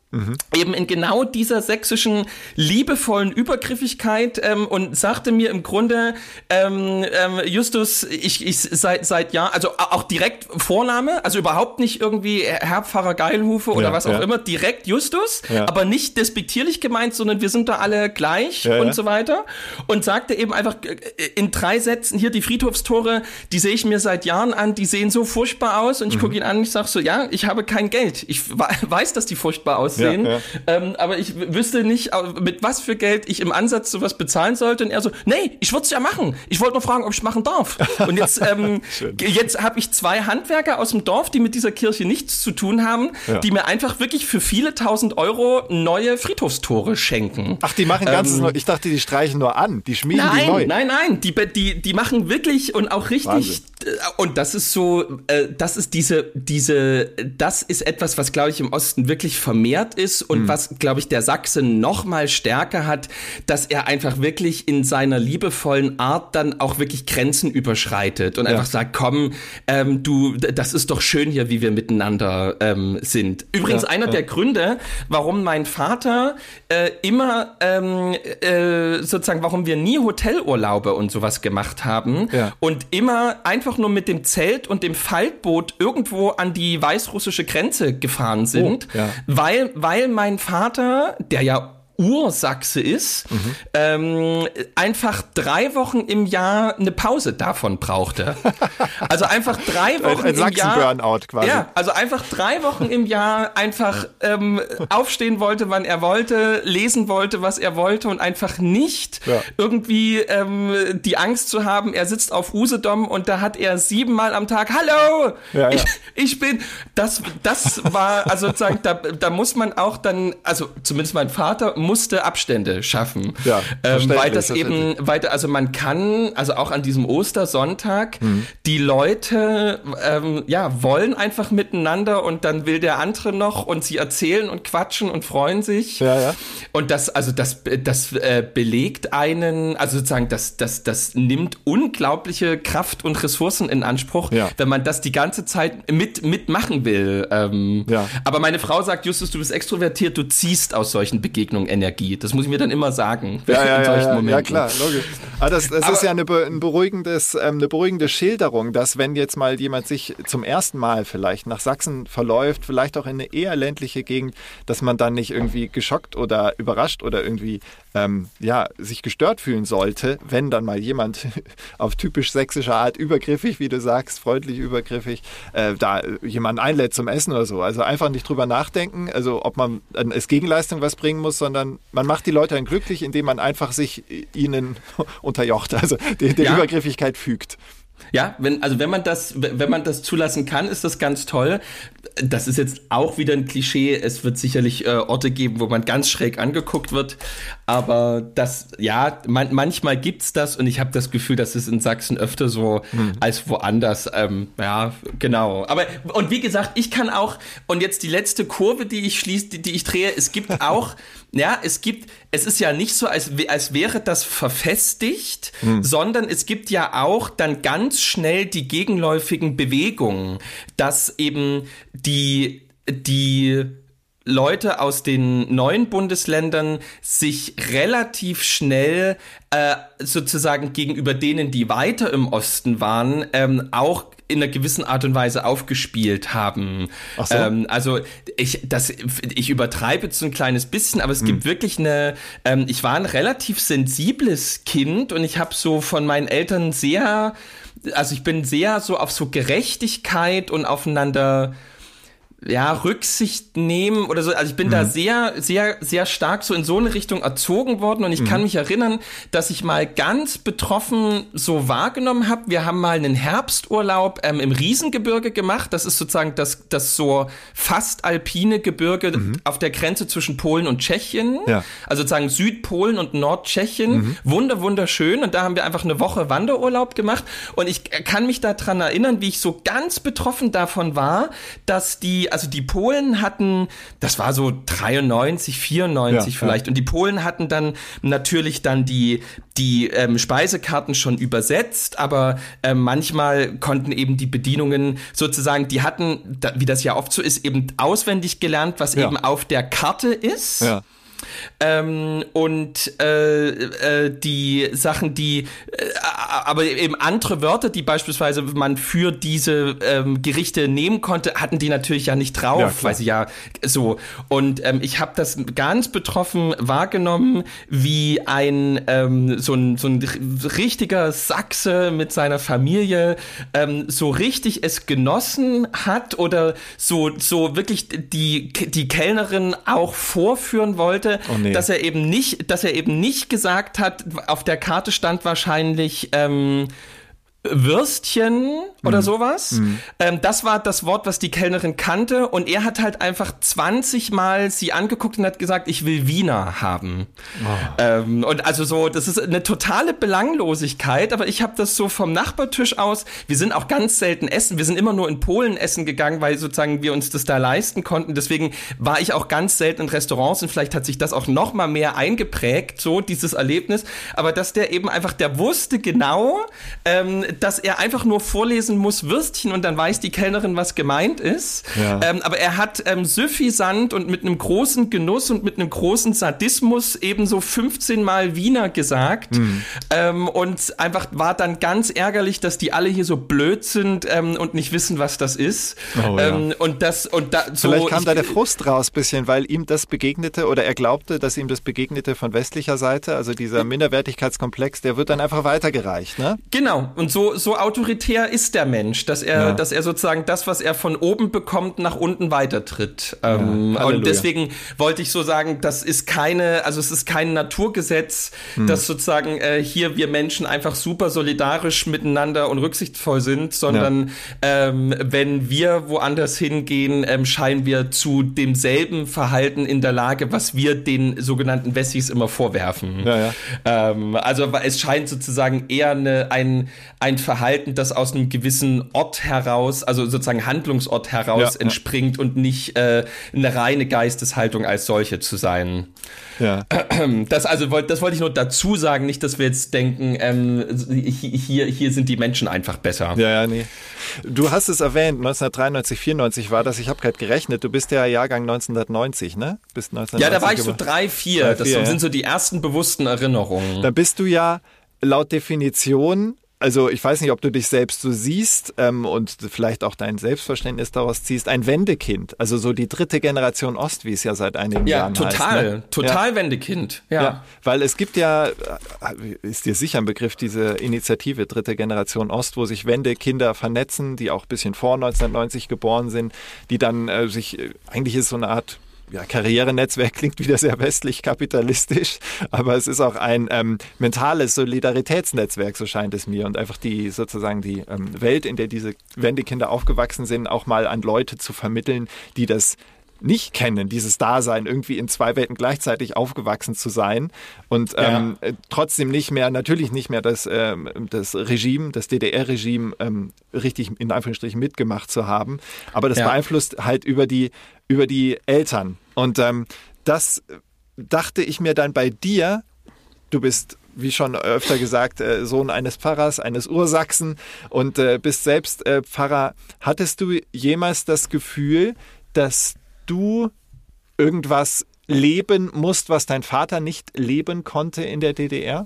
Speaker 5: Mhm. Eben in genau dieser sächsischen liebevollen Übergriffigkeit ähm, und sagte mir im Grunde, ähm, ähm, Justus, ich, ich seit seit Jahren, also auch direkt Vorname, also überhaupt nicht irgendwie Herr Pfarrer Geilhufe oder ja, was auch ja. immer, direkt Justus, ja. aber nicht despektierlich gemeint, sondern wir sind da alle gleich ja, und ja. so weiter und sagte eben einfach in drei Sätzen, hier die Friedhofstore, die sehe ich mir seit Jahren an, die sehen so furchtbar aus und ich mhm. gucke ihn an und ich sage so, ja, ich habe kein Geld, ich weiß, dass die furchtbar aussehen. Sehen. Ja, ja. Ähm, aber ich wüsste nicht, mit was für Geld ich im Ansatz sowas bezahlen sollte. Und er so, nee, ich würde es ja machen. Ich wollte nur fragen, ob ich machen darf. Und jetzt, ähm, jetzt habe ich zwei Handwerker aus dem Dorf, die mit dieser Kirche nichts zu tun haben, ja. die mir einfach wirklich für viele tausend Euro neue Friedhofstore schenken.
Speaker 6: Ach, die machen ganzes ähm, neu. Ich dachte, die streichen nur an. Die schmieden
Speaker 5: nein,
Speaker 6: die neu.
Speaker 5: Nein, nein, nein. Die, die, die machen wirklich und auch richtig. Wahnsinn. Und das ist so, äh, das ist diese, diese, das ist etwas, was, glaube ich, im Osten wirklich vermehrt ist und mhm. was, glaube ich, der Sachse noch mal stärker hat, dass er einfach wirklich in seiner liebevollen Art dann auch wirklich Grenzen überschreitet und ja. einfach sagt, komm, ähm, du, das ist doch schön hier, wie wir miteinander ähm, sind. Übrigens ja, einer ja. der Gründe, warum mein Vater äh, immer ähm, äh, sozusagen, warum wir nie Hotelurlaube und sowas gemacht haben ja. und immer einfach nur mit dem Zelt und dem Faltboot irgendwo an die weißrussische Grenze gefahren sind, oh, ja. weil, weil mein Vater, der ja Ursachse ist, mhm. ähm, einfach drei Wochen im Jahr eine Pause davon brauchte. Also einfach drei Wochen
Speaker 6: ein, ein
Speaker 5: im Jahr.
Speaker 6: Burnout quasi.
Speaker 5: Ja, also einfach drei Wochen im Jahr einfach ähm, aufstehen wollte, wann er wollte, lesen wollte, was er wollte und einfach nicht ja. irgendwie ähm, die Angst zu haben, er sitzt auf Usedom und da hat er siebenmal am Tag, hallo,
Speaker 6: ja, ja.
Speaker 5: Ich, ich bin, das, das war, also sozusagen, da, da muss man auch dann, also zumindest mein Vater musste Abstände schaffen,
Speaker 6: ja,
Speaker 5: ähm, weil das eben weiter, also man kann, also auch an diesem Ostersonntag, mhm. die Leute, ähm, ja, wollen einfach miteinander und dann will der andere noch und sie erzählen und quatschen und freuen sich.
Speaker 6: Ja, ja.
Speaker 5: Und das, also das, das äh, belegt einen, also sozusagen, das, das, das nimmt unglaubliche Kraft und Ressourcen in Anspruch, ja. wenn man das die ganze Zeit mit, mitmachen will. Ähm, ja. Aber meine Frau sagt, Justus, du bist extrovertiert, du ziehst aus solchen Begegnungen Energie. Das muss ich mir dann immer sagen.
Speaker 6: Ja, ja, in solchen ja, ja, Momenten. Ja, klar, logisch. Aber das, das Aber, ist ja eine, ein beruhigendes, ähm, eine beruhigende Schilderung, dass wenn jetzt mal jemand sich zum ersten Mal vielleicht nach Sachsen verläuft, vielleicht auch in eine eher ländliche Gegend, dass man dann nicht irgendwie geschockt oder überrascht oder irgendwie ähm, ja, sich gestört fühlen sollte, wenn dann mal jemand auf typisch sächsischer Art übergriffig, wie du sagst, freundlich übergriffig, äh, da jemanden einlädt zum Essen oder so. Also einfach nicht drüber nachdenken, also ob man als Gegenleistung was bringen muss, sondern man macht die Leute dann glücklich, indem man einfach sich ihnen unterjocht, also der, der ja. Übergriffigkeit fügt.
Speaker 5: Ja, wenn, also wenn man das, wenn man das zulassen kann, ist das ganz toll. Das ist jetzt auch wieder ein Klischee. Es wird sicherlich äh, Orte geben, wo man ganz schräg angeguckt wird. Aber das, ja, man, manchmal gibt's das und ich habe das Gefühl, das ist in Sachsen öfter so hm. als woanders. Ähm, ja, genau. Aber, und wie gesagt, ich kann auch, und jetzt die letzte Kurve, die ich schließe, die, die ich drehe, es gibt auch, ja, es gibt, es ist ja nicht so, als, als wäre das verfestigt, hm. sondern es gibt ja auch dann ganz schnell die gegenläufigen Bewegungen, dass eben die, die Leute aus den neuen Bundesländern sich relativ schnell äh, sozusagen gegenüber denen, die weiter im Osten waren, ähm, auch in einer gewissen Art und Weise aufgespielt haben. Ach so. Ähm, also ich, das, ich übertreibe jetzt so ein kleines bisschen, aber es hm. gibt wirklich eine, ähm, ich war ein relativ sensibles Kind und ich habe so von meinen Eltern sehr, also ich bin sehr so auf so Gerechtigkeit und aufeinander ja, Rücksicht nehmen oder so. Also ich bin mhm. da sehr, sehr, sehr stark so in so eine Richtung erzogen worden und ich mhm. kann mich erinnern, dass ich mal ganz betroffen so wahrgenommen habe. Wir haben mal einen Herbsturlaub ähm, im Riesengebirge gemacht. Das ist sozusagen das, das so fast alpine Gebirge mhm. auf der Grenze zwischen Polen und Tschechien. Ja. Also sozusagen Südpolen und Nordtschechien. Mhm. Wunder, wunderschön. Und da haben wir einfach eine Woche Wanderurlaub gemacht. Und ich kann mich daran erinnern, wie ich so ganz betroffen davon war, dass die die, also die Polen hatten, das war so dreiundneunzig, vierundneunzig ja, vielleicht, ja. und die Polen hatten dann natürlich dann die, die ähm, Speisekarten schon übersetzt, aber äh, manchmal konnten eben die Bedienungen sozusagen, die hatten, da, wie das ja oft so ist, eben auswendig gelernt, was ja. eben auf der Karte ist. Ja. Ähm, und äh, äh, die Sachen, die äh, aber eben andere Wörter, die beispielsweise man für diese ähm, Gerichte nehmen konnte, hatten die natürlich ja nicht drauf, ja, weil sie ja so. Und ähm, ich habe das ganz betroffen wahrgenommen, wie ein ähm, so ein so ein richtiger Sachse mit seiner Familie ähm, so richtig es genossen hat oder so so wirklich die die Kellnerin auch vorführen wollte. Oh nee. Dass er eben nicht, dass er eben nicht gesagt hat, auf der Karte stand wahrscheinlich ähm, Würstchen oder mm. sowas. Mm. Ähm, das war das Wort, was die Kellnerin kannte und er hat halt einfach zwanzig Mal sie angeguckt und hat gesagt, ich will Wiener haben. Oh. Ähm, und also so, das ist eine totale Belanglosigkeit, aber ich habe das so vom Nachbartisch aus, wir sind auch ganz selten essen, wir sind immer nur in Polen essen gegangen, weil sozusagen wir uns das da leisten konnten, deswegen war ich auch ganz selten in Restaurants und vielleicht hat sich das auch noch mal mehr eingeprägt, so dieses Erlebnis, aber dass der eben einfach, der wusste genau, ähm, dass er einfach nur vorlesen muss Würstchen und dann weiß die Kellnerin, was gemeint ist. Ja. Ähm, aber er hat ähm, suffisant und mit einem großen Genuss und mit einem großen Sadismus eben so fünfzehn Mal Wiener gesagt. Mhm. Ähm, und einfach war dann ganz ärgerlich, dass die alle hier so blöd sind ähm, und nicht wissen, was das ist. Oh, ähm, ja. Und das und da so.
Speaker 6: Vielleicht kam
Speaker 5: ich,
Speaker 6: da der Frust raus bisschen, weil ihm das begegnete oder er glaubte, dass ihm das begegnete von westlicher Seite. Also dieser Minderwertigkeitskomplex, der wird dann einfach weitergereicht, ne?
Speaker 5: Genau. Und so so autoritär ist der Mensch, dass er, ja. dass er sozusagen das, was er von oben bekommt, nach unten weitertritt. Ja, ähm, und deswegen wollte ich so sagen, das ist keine, also es ist kein Naturgesetz, hm. dass sozusagen äh, hier wir Menschen einfach super solidarisch miteinander und rücksichtsvoll sind, sondern ja. ähm, wenn wir woanders hingehen, ähm, scheinen wir zu demselben Verhalten in der Lage, was wir den sogenannten Wessis immer vorwerfen. Ja, ja. Ähm, also es scheint sozusagen eher eine, ein, ein Verhalten, das aus einem gewissen Ort heraus, also sozusagen Handlungsort heraus ja, entspringt ja. und nicht äh, eine reine Geisteshaltung als solche zu sein. Ja. Das also das wollte ich nur dazu sagen, nicht, dass wir jetzt denken, ähm, hier, hier sind die Menschen einfach besser.
Speaker 6: Ja, ja, nee. Du hast es erwähnt, neunzehnhundertdreiundneunzig, vierundneunzig war das, ich habe gerade gerechnet, du bist ja Jahrgang neunzehnhundertneunzig, ne? Bist neunzehnhundertneunzig
Speaker 5: ja, da war ich so drei, vier, das sind ja. so die ersten bewussten Erinnerungen.
Speaker 6: Dann bist du ja laut Definition, also ich weiß nicht, ob du dich selbst so siehst ähm, und vielleicht auch dein Selbstverständnis daraus ziehst, ein Wendekind, also so die dritte Generation Ost, wie es ja seit einigen
Speaker 5: ja,
Speaker 6: Jahren
Speaker 5: total,
Speaker 6: heißt. Ne?
Speaker 5: Total
Speaker 6: ja.
Speaker 5: Wendekind, ja. ja.
Speaker 6: Weil es gibt ja, ist dir sicher ein Begriff, diese Initiative dritte Generation Ost, wo sich Wendekinder vernetzen, die auch ein bisschen vor neunzehnhundertneunzig geboren sind, die dann äh, sich, eigentlich ist so eine Art ja, Karrierenetzwerk klingt wieder sehr westlich kapitalistisch, aber es ist auch ein ähm, mentales Solidaritätsnetzwerk, so scheint es mir. Und einfach die sozusagen die ähm, Welt, in der diese Wendekinder aufgewachsen sind, auch mal an Leute zu vermitteln, die das nicht kennen, dieses Dasein, irgendwie in zwei Welten gleichzeitig aufgewachsen zu sein und ähm, ja. trotzdem nicht mehr, natürlich nicht mehr das, ähm, das Regime, das D D R-Regime ähm, richtig in Anführungsstrichen mitgemacht zu haben, aber das ja. beeinflusst halt über die, über die Eltern und ähm, das dachte ich mir dann bei dir, du bist wie schon öfter gesagt, äh, Sohn eines Pfarrers, eines Ursachsen und äh, bist selbst äh, Pfarrer. Hattest du jemals das Gefühl, dass du irgendwas leben musst, was dein Vater nicht leben konnte in der D D R?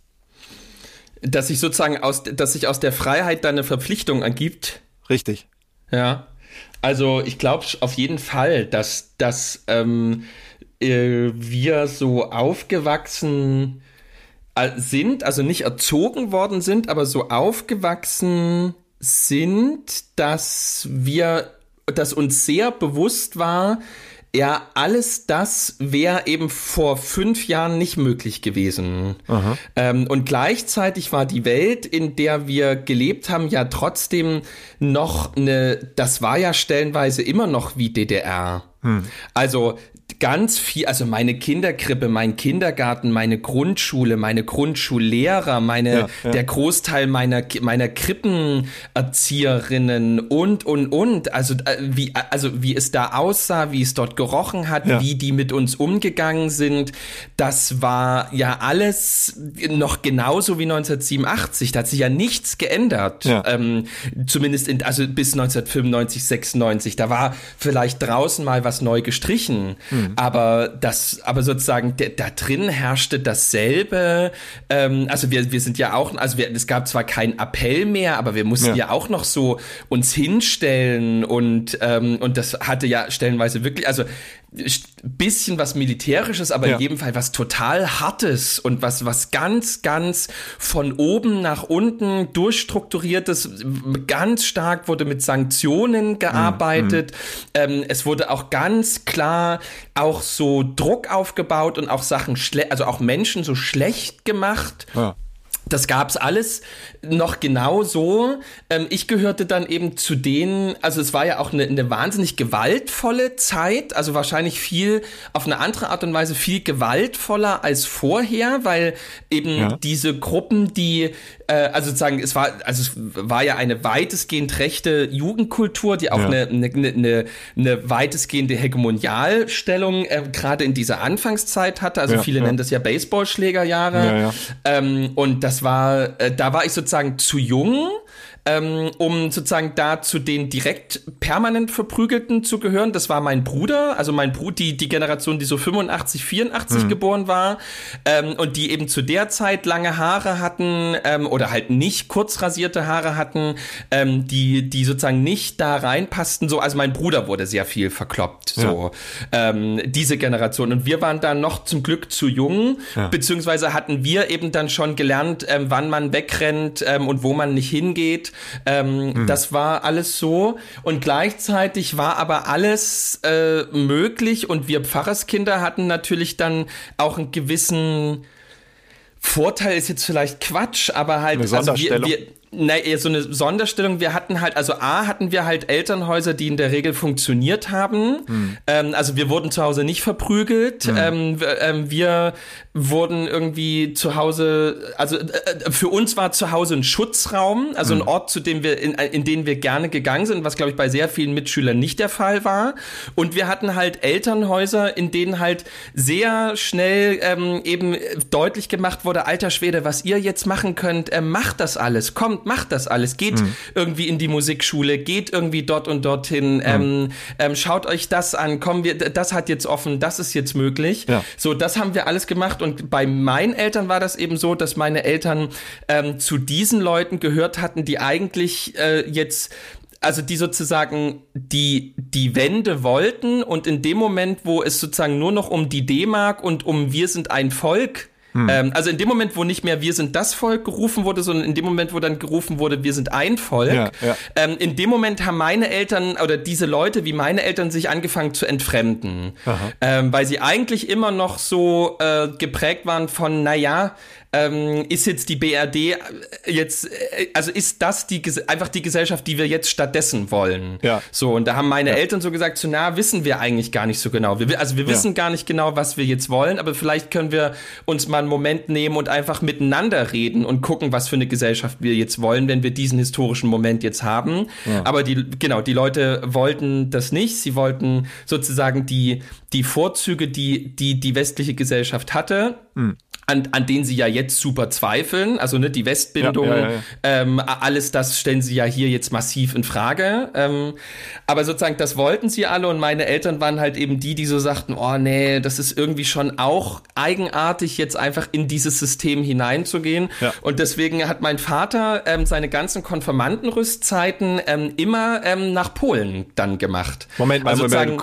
Speaker 5: Dass sich sozusagen aus, dass sich aus der Freiheit deine Verpflichtung ergibt.
Speaker 6: Richtig.
Speaker 5: Ja. Also ich glaube auf jeden Fall, dass, dass ähm, äh, wir so aufgewachsen sind, also nicht erzogen worden sind, aber so aufgewachsen sind, dass wir dass uns sehr bewusst war, ja, alles das wäre eben vor fünf Jahren nicht möglich gewesen. Ähm, und gleichzeitig war die Welt, in der wir gelebt haben, ja trotzdem noch eine, das war ja stellenweise immer noch wie D D R. Hm. Also ganz viel, also meine Kinderkrippe, mein Kindergarten, meine Grundschule, meine Grundschullehrer, meine, ja, ja. der Großteil meiner, meiner Krippenerzieherinnen und, und, und, also wie, also wie es da aussah, wie es dort gerochen hat, ja. wie die mit uns umgegangen sind, das war ja alles noch genauso wie neunzehnhundertsiebenundachtzig, da hat sich ja nichts geändert, ja. ähm, zumindest in, also bis neunzehnhundertfünfundneunzig, sechsundneunzig, da war vielleicht draußen mal was neu gestrichen, mhm. aber das, aber sozusagen da, da drin herrschte dasselbe, ähm, also wir, wir sind ja auch, also wir, es gab zwar keinen Appell mehr, aber wir mussten ja, ja auch noch so uns hinstellen und, ähm, und das hatte ja stellenweise wirklich, also bisschen was Militärisches, aber ja. in jedem Fall was total Hartes und was, was ganz, ganz von oben nach unten durchstrukturiertes, ganz stark wurde mit Sanktionen gearbeitet. Mhm. Ähm, es wurde auch ganz klar auch so Druck aufgebaut und auch Sachen, schle- also auch Menschen so schlecht gemacht. Ja. Das gab's alles noch genau so. Ähm, ich gehörte dann eben zu denen, also es war ja auch eine, eine wahnsinnig gewaltvolle Zeit, also wahrscheinlich viel, auf eine andere Art und Weise viel gewaltvoller als vorher, weil eben ja. diese Gruppen, die, äh, also sozusagen, es war, also es war ja eine weitestgehend rechte Jugendkultur, die auch ja. eine, eine, eine, eine weitestgehende Hegemonialstellung äh, gerade in dieser Anfangszeit hatte, also ja, viele ja. nennen das ja Baseballschlägerjahre, ja, ja. Ähm, und das Das war, äh, da war ich sozusagen zu jung, ähm, um sozusagen da zu den direkt permanent Verprügelten zu gehören. Das war mein Bruder, also mein Bruder, die, die Generation, die so fünfundachtzig, vierundachtzig mhm. geboren war, ähm, und die eben zu der Zeit lange Haare hatten, ähm, oder halt nicht kurz rasierte Haare hatten, ähm, die, die sozusagen nicht da reinpassten. So, also mein Bruder wurde sehr viel verkloppt, so, ja. ähm, diese Generation. Und wir waren da noch zum Glück zu jung, ja. beziehungsweise hatten wir eben dann schon gelernt, ähm, wann man wegrennt, ähm, und wo man nicht hingeht. Ähm, hm. Das war alles so und gleichzeitig war aber alles äh, möglich und wir Pfarrerskinder hatten natürlich dann auch einen gewissen Vorteil, ist jetzt vielleicht Quatsch, aber halt
Speaker 6: eine Sonderstellung.
Speaker 5: Also wir, wir Na, eher so eine Sonderstellung. Wir hatten halt, also A, hatten wir halt Elternhäuser, die in der Regel funktioniert haben. Hm. Ähm, also wir wurden zu Hause nicht verprügelt. Hm. Ähm, wir, ähm, wir wurden irgendwie zu Hause, also äh, für uns war zu Hause ein Schutzraum, also hm. ein Ort, zu dem wir, in, in den wir gerne gegangen sind, was, glaube ich, bei sehr vielen Mitschülern nicht der Fall war. Und wir hatten halt Elternhäuser, in denen halt sehr schnell ähm, eben deutlich gemacht wurde, alter Schwede, was ihr jetzt machen könnt, äh, macht das alles, kommt, macht das alles, geht mhm. irgendwie in die Musikschule, geht irgendwie dort und dorthin, mhm. ähm, ähm, schaut euch das an, komm, wir, das hat jetzt offen, das ist jetzt möglich. Ja. So, das haben wir alles gemacht und bei meinen Eltern war das eben so, dass meine Eltern ähm, zu diesen Leuten gehört hatten, die eigentlich äh, jetzt also die sozusagen die die Wende wollten und in dem Moment, wo es sozusagen nur noch um die D-Mark und um wir sind ein Volk Hm. Ähm, also in dem Moment, wo nicht mehr wir sind das Volk gerufen wurde, sondern in dem Moment, wo dann gerufen wurde, wir sind ein Volk, ja, ja. Ähm, in dem Moment haben meine Eltern oder diese Leute wie meine Eltern sich angefangen zu entfremden, ähm, weil sie eigentlich immer noch so äh, geprägt waren von, naja, Ähm, ist jetzt die B R D jetzt, also ist das die einfach die Gesellschaft, die wir jetzt stattdessen wollen? Ja. So, und da haben meine ja. Eltern so gesagt, so, na, wissen wir eigentlich gar nicht so genau. Wir, also wir wissen ja. gar nicht genau, was wir jetzt wollen, aber vielleicht können wir uns mal einen Moment nehmen und einfach miteinander reden und gucken, was für eine Gesellschaft wir jetzt wollen, wenn wir diesen historischen Moment jetzt haben. Ja. Aber die, genau, die Leute wollten das nicht. Sie wollten sozusagen die, die Vorzüge, die, die die westliche Gesellschaft hatte, mhm. An, an denen sie ja jetzt super zweifeln, also ne, die Westbindung, ja, ja, ja. Ähm, alles das stellen sie ja hier jetzt massiv in Frage. Ähm, aber sozusagen, das wollten sie alle und meine Eltern waren halt eben die, die so sagten, oh nee, das ist irgendwie schon auch eigenartig, jetzt einfach in dieses System hineinzugehen. Ja. Und deswegen hat mein Vater ähm, seine ganzen Konfirmandenrüstzeiten ähm, immer ähm, nach Polen dann gemacht.
Speaker 6: Moment mal, also Moment,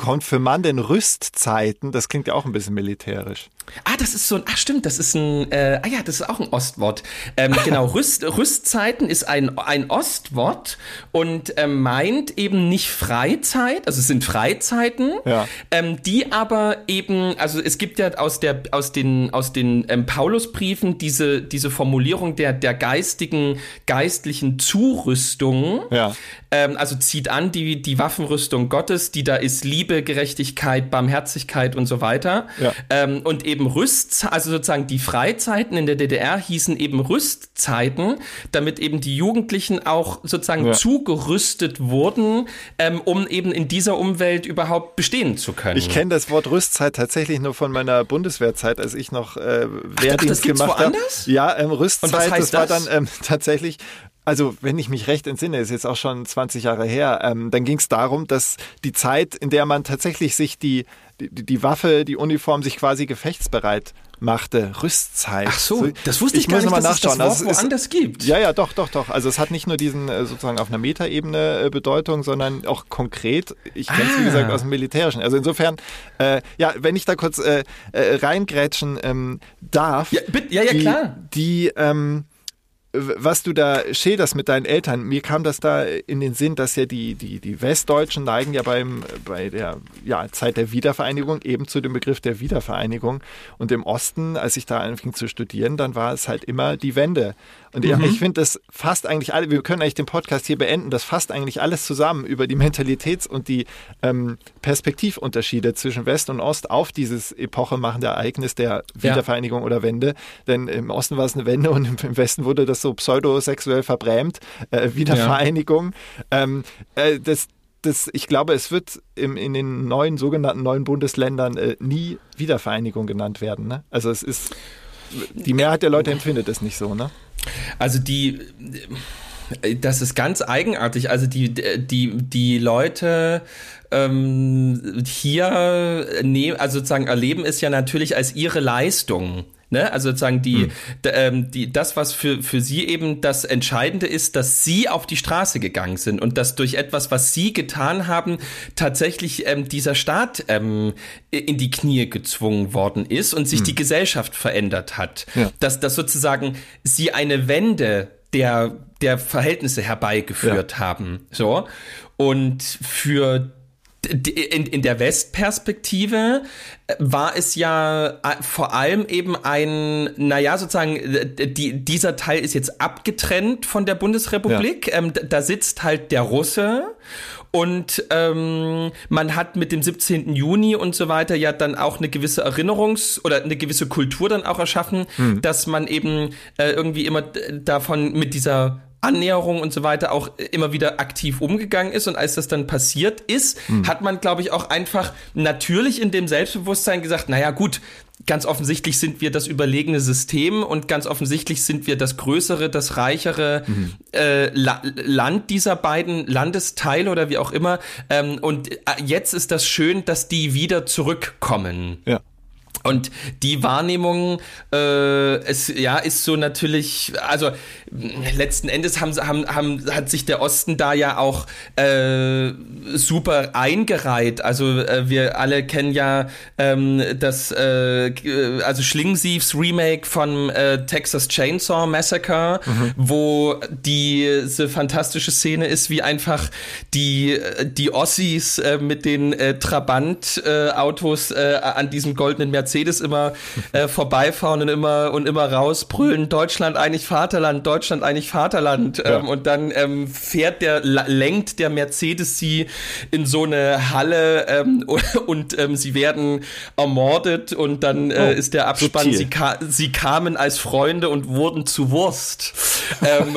Speaker 6: Konfirmandenrüstzeiten, das klingt ja auch ein bisschen militärisch.
Speaker 5: Ah, das ist so ein, ach stimmt, das ist ein, äh, ah ja, das ist auch ein Ostwort. Ähm, genau, Rüst, Rüstzeiten ist ein, ein Ostwort und ähm, meint eben nicht Freizeit, also es sind Freizeiten, ja. ähm, die aber eben, also es gibt ja aus der, aus den, aus den ähm, Paulusbriefen diese, diese Formulierung der, der geistigen, geistlichen Zurüstung, ja. ähm, also zieht an die, die Waffenrüstung Gottes, die da ist Liebe, Gerechtigkeit, Barmherzigkeit, Barmherzigkeit und so weiter. Ja. Ähm, und eben Rüst, also sozusagen die Freizeiten in der D D R hießen eben Rüstzeiten, damit eben die Jugendlichen auch sozusagen ja. zugerüstet wurden, ähm, um eben in dieser Umwelt überhaupt bestehen zu können.
Speaker 6: Ich kenne das Wort Rüstzeit tatsächlich nur von meiner Bundeswehrzeit, als ich noch äh, Wehrdienst
Speaker 5: Ach, das
Speaker 6: gemacht habe.
Speaker 5: Ja,
Speaker 6: ähm, Rüstzeit, das, das war dann ähm, tatsächlich, also wenn ich mich recht entsinne, ist jetzt auch schon zwanzig Jahre her, ähm, dann ging es darum, dass die Zeit, in der man tatsächlich sich die, die, die Waffe, die Uniform sich quasi gefechtsbereit machte, Rüstzeit.
Speaker 5: Ach so, das wusste ich, ich gar nicht, dass nachschauen. es das Wort also woanders ist, gibt.
Speaker 6: Ja, ja, doch, doch, doch. Also es hat nicht nur diesen sozusagen auf einer Metaebene äh, Bedeutung, sondern auch konkret. Ich kenne es, ah. wie gesagt, aus dem Militärischen. Also insofern, äh, ja, wenn ich da kurz äh, äh, reingrätschen ähm, darf.
Speaker 5: Ja, bitte, ja, ja,
Speaker 6: die,
Speaker 5: klar.
Speaker 6: Die, ähm, was du da schilderst mit deinen Eltern, mir kam das da in den Sinn, dass ja die, die, die Westdeutschen neigen ja beim, bei der ja, Zeit der Wiedervereinigung eben zu dem Begriff der Wiedervereinigung. Und im Osten, als ich da anfing zu studieren, dann war es halt immer die Wende. Und mhm. ich finde, das fasst eigentlich alle, wir können eigentlich den Podcast hier beenden, das fasst eigentlich alles zusammen über die Mentalitäts- und die ähm, Perspektivunterschiede zwischen West und Ost auf dieses epochemachende Ereignis der Wiedervereinigung ja. oder Wende. Denn im Osten war es eine Wende und im Westen wurde das so pseudosexuell verbrämt. Äh, Wiedervereinigung. Ja. Ähm, äh, das Das, ich glaube, es wird im, in den neuen, sogenannten neuen Bundesländern äh, nie Wiedervereinigung genannt werden. Ne? Also es ist, die Mehrheit der Leute empfindet es nicht so, ne?
Speaker 5: Also die, das ist ganz eigenartig. Also die, die, die Leute ähm, hier nehmen, also sozusagen erleben es ja natürlich als ihre Leistung. Ne? Also sozusagen die, hm. d, ähm, die, das, was für, für sie eben das Entscheidende ist, dass sie auf die Straße gegangen sind und dass durch etwas, was sie getan haben, tatsächlich ähm, dieser Staat ähm, in die Knie gezwungen worden ist und sich hm. die Gesellschaft verändert hat. Ja. Dass, dass sozusagen sie eine Wende der, der Verhältnisse herbeigeführt ja. haben. So. Und für In, in der Westperspektive war es ja vor allem eben ein, naja, sozusagen, die, dieser Teil ist jetzt abgetrennt von der Bundesrepublik. Ja. Ähm, da sitzt halt der Russe und ähm, man hat mit dem siebzehnten Juni und so weiter ja dann auch eine gewisse Erinnerungs- oder eine gewisse Kultur dann auch erschaffen, hm. dass man eben äh, irgendwie immer davon mit dieser Annäherung und so weiter auch immer wieder aktiv umgegangen ist. Und als das dann passiert ist, mhm. hat man, glaube ich, auch einfach natürlich in dem Selbstbewusstsein gesagt, naja gut, ganz offensichtlich sind wir das überlegene System und ganz offensichtlich sind wir das größere, das reichere mhm. äh, La- Land dieser beiden Landesteile oder wie auch immer. Ähm, und jetzt ist das schön, dass die wieder zurückkommen. Ja. Und die Wahrnehmung, äh, es ja ist so natürlich, also letzten Endes haben, haben, haben, hat sich der Osten da ja auch äh, super eingereiht. Also äh, wir alle kennen ja ähm, das, äh, also Schlingensiefs Remake von äh, Texas Chainsaw Massacre, mhm. wo diese fantastische Szene ist, wie einfach die die Ossis äh, mit den äh, Trabant-Autos äh, äh, an diesem goldenen Mercedes immer äh, vorbeifahren und immer und immer rausbrüllen, Deutschland eigentlich Vaterland, Deutschland eigentlich Vaterland. Ja. Ähm, und dann ähm, fährt der, lenkt der Mercedes sie in so eine Halle ähm, und, und ähm, sie werden ermordet und dann äh, oh, ist der Abspann, sie, ka- sie kamen als Freunde und wurden zu Wurst. ähm,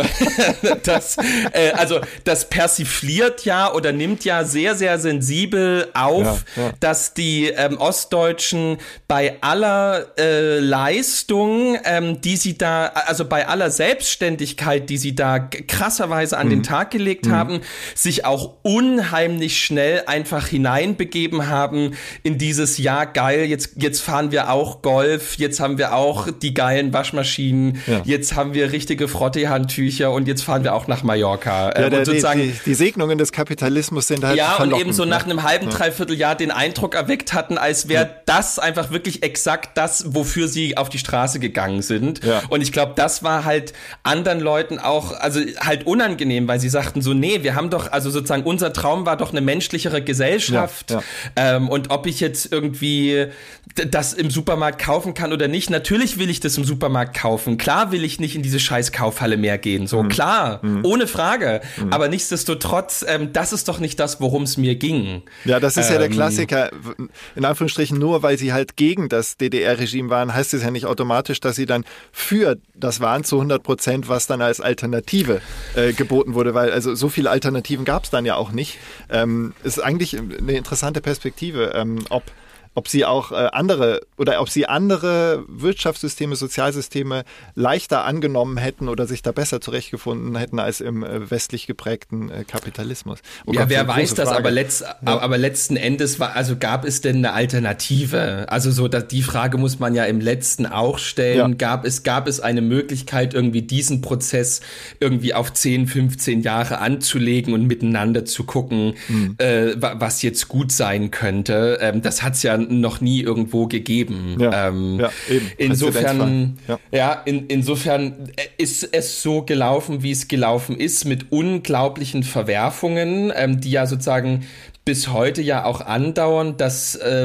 Speaker 5: das, äh, also das persifliert ja oder nimmt ja sehr, sehr sensibel auf, ja, ja. dass die ähm, Ostdeutschen bei aller äh, Leistung, ähm, die sie da, also bei aller Selbstständigkeit, die sie da krasserweise an mhm. den Tag gelegt mhm. haben, sich auch unheimlich schnell einfach hineinbegeben haben in dieses, ja geil, jetzt, jetzt fahren wir auch Golf, jetzt haben wir auch die geilen Waschmaschinen, ja. jetzt haben wir richtige Frottee-Handtücher und jetzt fahren wir auch nach Mallorca.
Speaker 6: Ja, der, und sozusagen, die, die, die Segnungen des Kapitalismus sind halt
Speaker 5: ja,
Speaker 6: verlockend,
Speaker 5: und eben so
Speaker 6: ne?
Speaker 5: nach einem halben,
Speaker 6: ja.
Speaker 5: dreiviertel Jahr den Eindruck erweckt hatten, als wäre ja. das einfach wirklich wirklich exakt das, wofür sie auf die Straße gegangen sind.
Speaker 6: Ja.
Speaker 5: Und ich glaube, das war halt anderen Leuten auch, also halt unangenehm, weil sie sagten so, nee, wir haben doch, also sozusagen unser Traum war doch eine menschlichere Gesellschaft.
Speaker 6: Ja, ja.
Speaker 5: Ähm, und ob ich jetzt irgendwie das im Supermarkt kaufen kann oder nicht, natürlich will ich das im Supermarkt kaufen. Klar will ich nicht in diese scheiß Kaufhalle mehr gehen. So, mhm. klar, mhm. ohne Frage. Mhm. Aber nichtsdestotrotz, ähm, das ist doch nicht das, worum es mir ging.
Speaker 6: Ja, das ist ähm, ja der Klassiker. In Anführungsstrichen, nur weil sie halt gegen das D D R-Regime waren, heißt es ja nicht automatisch, dass sie dann für das waren zu hundert Prozent, was dann als Alternative äh, geboten wurde, weil also so viele Alternativen gab es dann ja auch nicht. Ähm, ist eigentlich eine interessante Perspektive, ähm, ob ob sie auch äh, andere oder ob sie andere Wirtschaftssysteme, Sozialsysteme leichter angenommen hätten oder sich da besser zurechtgefunden hätten als im äh, westlich geprägten äh, Kapitalismus.
Speaker 5: Oh ja, Gott, wer weiß das, aber, letzt, ja. aber letzten Endes war, also gab es denn eine Alternative? Also so, dass die Frage muss man ja im Letzten auch stellen. Ja. Gab es, gab es eine Möglichkeit, irgendwie diesen Prozess irgendwie auf zehn, fünfzehn Jahre anzulegen und miteinander zu gucken, mhm. äh, was jetzt gut sein könnte? Ähm, das hat's ja noch nie irgendwo gegeben.
Speaker 6: Ja, ähm, ja, eben.
Speaker 5: Insofern,
Speaker 6: ja,
Speaker 5: ja in, insofern ist es so gelaufen, wie es gelaufen ist, mit unglaublichen Verwerfungen, ähm, die ja sozusagen bis heute ja auch andauern, dass äh,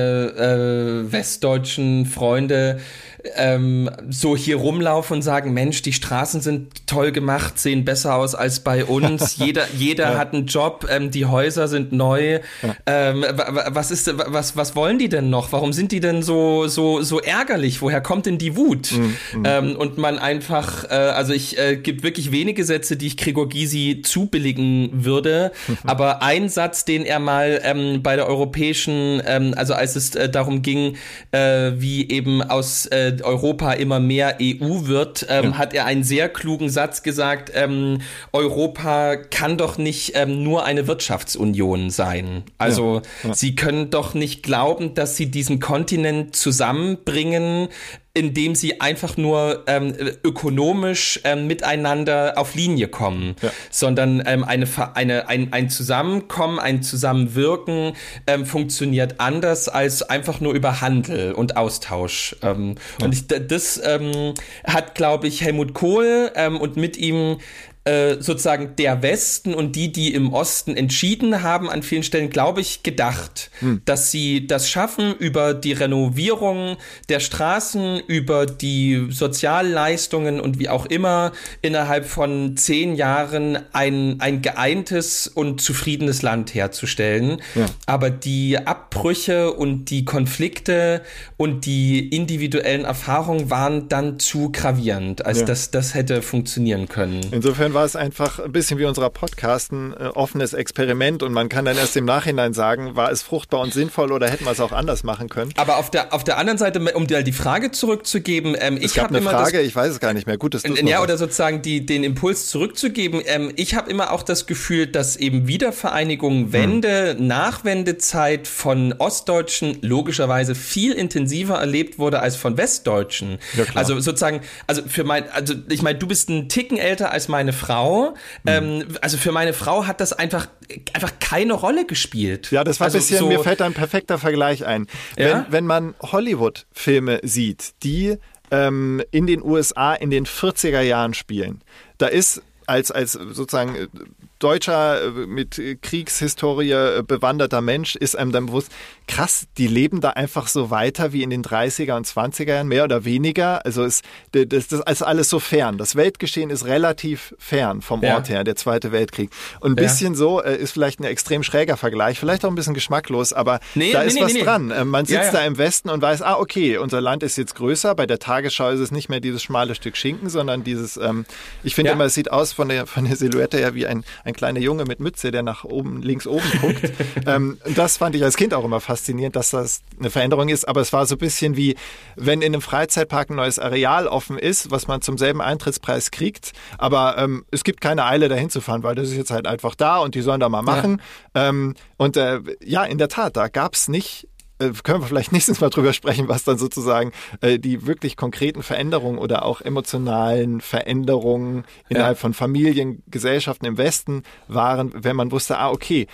Speaker 5: meine äh, westdeutschen Freunde ähm, so hier rumlaufen und sagen, Mensch, die Straßen sind toll gemacht, sehen besser aus als bei uns. Jeder, jeder ja. hat einen Job, ähm, die Häuser sind neu. Ja. Ähm, was ist, was, was wollen die denn noch? Warum sind die denn so, so, so ärgerlich? Woher kommt denn die Wut? Mhm. Ähm, und man einfach, äh, also ich äh, gibt wirklich wenige Sätze, die ich Gregor Gysi zubilligen würde. Mhm. Aber ein Satz, den er mal ähm, bei der europäischen, ähm, also als es äh, darum ging, äh, wie eben aus äh, Europa immer mehr E U wird, ähm, ja. hat er einen sehr klugen Satz gesagt, ähm, Europa kann doch nicht ähm, nur eine Wirtschaftsunion sein. Also ja. Ja. sie können doch nicht glauben, dass sie diesen Kontinent zusammenbringen, indem sie einfach nur ähm, ökonomisch ähm, miteinander auf Linie kommen, ja. sondern ähm, eine, eine, ein, ein Zusammenkommen, ein Zusammenwirken ähm, funktioniert anders als einfach nur über Handel und Austausch. Ähm, ja. Und ich, das ähm, hat, glaube ich, Helmut Kohl ähm, und mit ihm sozusagen der Westen und die, die im Osten entschieden haben, an vielen Stellen, glaube ich, gedacht, hm. dass sie das schaffen, über die Renovierung der Straßen, über die Sozialleistungen und wie auch immer, innerhalb von zehn Jahren ein, ein geeintes und zufriedenes Land herzustellen. Ja. Aber die Abbrüche und die Konflikte und die individuellen Erfahrungen waren dann zu gravierend, als ja. dass das hätte funktionieren können.
Speaker 6: Insofern war es einfach ein bisschen wie unser Podcast, ein äh, offenes Experiment und man kann dann erst im Nachhinein sagen, war es fruchtbar und sinnvoll oder hätten wir es auch anders machen können.
Speaker 5: Aber auf der auf der anderen Seite, um dir die Frage zurückzugeben, ähm,
Speaker 6: es
Speaker 5: ich
Speaker 6: habe
Speaker 5: habe immer
Speaker 6: Frage,
Speaker 5: das,
Speaker 6: ich weiß es gar nicht mehr. Gut, dass du
Speaker 5: ja oder sozusagen die den Impuls zurückzugeben. Ähm, ich habe immer auch das Gefühl, dass eben Wiedervereinigung, Wende, hm. Nachwendezeit von Ostdeutschen logischerweise viel intensiver erlebt wurde als von Westdeutschen. Ja, klar. Also sozusagen, also für mein, also ich meine, du bist einen Ticken älter als meine Frau. Mhm. Ähm, also für meine Frau hat das einfach, einfach keine Rolle gespielt.
Speaker 6: Ja, das war
Speaker 5: also
Speaker 6: ein bisschen,
Speaker 5: so,
Speaker 6: mir fällt da ein perfekter Vergleich ein. Wenn,
Speaker 5: ja?
Speaker 6: wenn man Hollywood-Filme sieht, die ähm, in den U S A in den vierziger Jahren spielen, da ist als, als sozusagen deutscher, mit Kriegshistorie bewanderter Mensch ist einem dann bewusst, krass, die leben da einfach so weiter wie in den dreißiger und zwanziger Jahren, mehr oder weniger. Also ist das, das ist alles so fern. Das Weltgeschehen ist relativ fern vom
Speaker 5: ja.
Speaker 6: Ort her, der Zweite Weltkrieg. Und ein ja. bisschen so äh, ist vielleicht ein extrem schräger Vergleich, vielleicht auch ein bisschen geschmacklos, aber
Speaker 5: nee,
Speaker 6: da
Speaker 5: nee,
Speaker 6: ist
Speaker 5: nee,
Speaker 6: was
Speaker 5: nee.
Speaker 6: dran. Äh, man sitzt
Speaker 5: ja, ja.
Speaker 6: da im Westen und weiß, ah, okay, unser Land ist jetzt größer. Bei der Tagesschau ist es nicht mehr dieses schmale Stück Schinken, sondern dieses, ähm, ich finde
Speaker 5: ja.
Speaker 6: immer, es sieht aus von der, von der Silhouette her wie ein, ein kleiner Junge mit Mütze, der nach oben, links oben guckt. ähm, das fand ich als Kind auch immer faszinierend, dass das eine Veränderung ist, aber es war so ein bisschen wie, wenn in einem Freizeitpark ein neues Areal offen ist, was man zum selben Eintrittspreis kriegt, aber ähm, es gibt keine Eile, dahin zu fahren, weil das ist jetzt halt einfach da und die sollen da mal machen. Ja. Ähm, und äh, ja, in der Tat, da gab es nicht, äh, können wir vielleicht nächstes Mal drüber sprechen, was dann sozusagen äh, die wirklich konkreten Veränderungen oder auch emotionalen Veränderungen innerhalb ja. von Familien, Gesellschaften im Westen waren, wenn man wusste, ah, okay,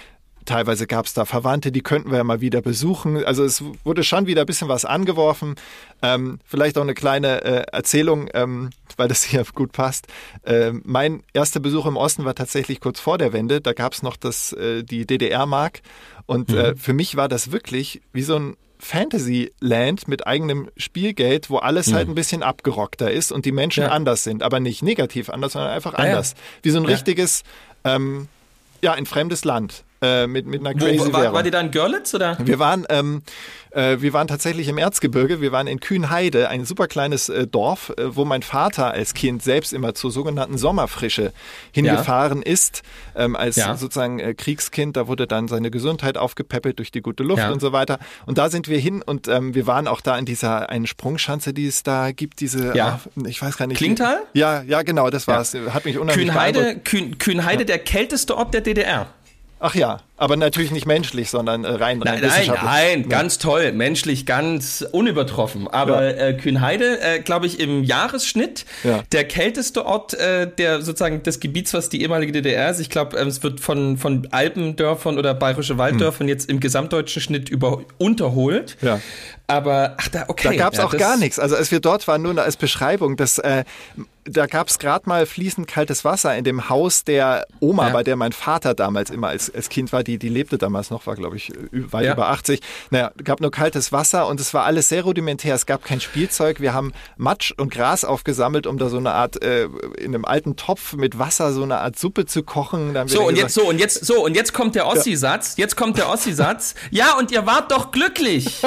Speaker 6: teilweise gab es da Verwandte, die könnten wir ja mal wieder besuchen. Also es wurde schon wieder ein bisschen was angeworfen. Ähm, vielleicht auch eine kleine äh, Erzählung, ähm, weil das hier gut passt. Äh, mein erster Besuch im Osten war tatsächlich kurz vor der Wende. Da gab es noch das, äh, die D D R-Mark. Und mhm. äh, für mich war das wirklich wie so ein Fantasyland mit eigenem Spielgeld, wo alles mhm. halt ein bisschen abgerockter ist und die Menschen ja. anders sind. Aber nicht negativ anders, sondern einfach ah, anders. Ja. Wie so ein ja. richtiges, ähm, ja, ein fremdes Land. Äh, mit, mit einer crazy
Speaker 5: Wo, war,
Speaker 6: Währung.
Speaker 5: War die da in Görlitz, oder?
Speaker 6: Wir waren, ähm, äh, wir waren tatsächlich im Erzgebirge. Wir waren in Kühnheide, ein super kleines äh, Dorf, äh, wo mein Vater als Kind selbst immer zur sogenannten Sommerfrische hingefahren ja. ist. Ähm, als ja. sozusagen äh, Kriegskind. Da wurde dann seine Gesundheit aufgepäppelt durch die gute Luft ja. und so weiter. Und da sind wir hin und ähm, wir waren auch da in dieser einen Sprungschanze, die es da gibt. Diese,
Speaker 5: ja.
Speaker 6: oh, ich weiß gar nicht.
Speaker 5: Klingenthal?
Speaker 6: Ja, ja, genau, das war's. Ja. Hat mich unheimlich
Speaker 5: Kühnheide, Kühn, Kühnheide ja. der kälteste Ort der D D R.
Speaker 6: Ach ja, aber natürlich nicht menschlich, sondern äh, rein, rein
Speaker 5: nein,
Speaker 6: wissenschaftlich.
Speaker 5: Nein, nein,
Speaker 6: ja.
Speaker 5: ganz toll, menschlich ganz unübertroffen. Aber ja. äh, Kühnheide, äh, glaube ich, im Jahresschnitt ja. der kälteste Ort äh, der sozusagen des Gebiets, was die ehemalige D D R ist. Ich glaube, äh, es wird von, von Alpendörfern oder bayerische Walddörfern hm. jetzt im gesamtdeutschen Schnitt über, unterholt. Ja. Aber, ach da, okay.
Speaker 6: Da gab es
Speaker 5: ja,
Speaker 6: auch gar nichts. Also als wir dort waren, nur als Beschreibung, dass äh, da gab es gerade mal fließend kaltes Wasser in dem Haus der Oma, ja. bei der mein Vater damals immer als, als Kind war. Die, die lebte damals noch, war glaube ich weit ja. über achtzig. Naja, gab nur kaltes Wasser und es war alles sehr rudimentär. Es gab kein Spielzeug. Wir haben Matsch und Gras aufgesammelt, um da so eine Art, äh, in einem alten Topf mit Wasser so eine Art Suppe zu kochen. Dann
Speaker 5: so, und gesagt, jetzt, so, und jetzt, so, und jetzt kommt der Ossi-Satz. Jetzt kommt der Ossi-Satz. Ja, und ihr wart doch glücklich.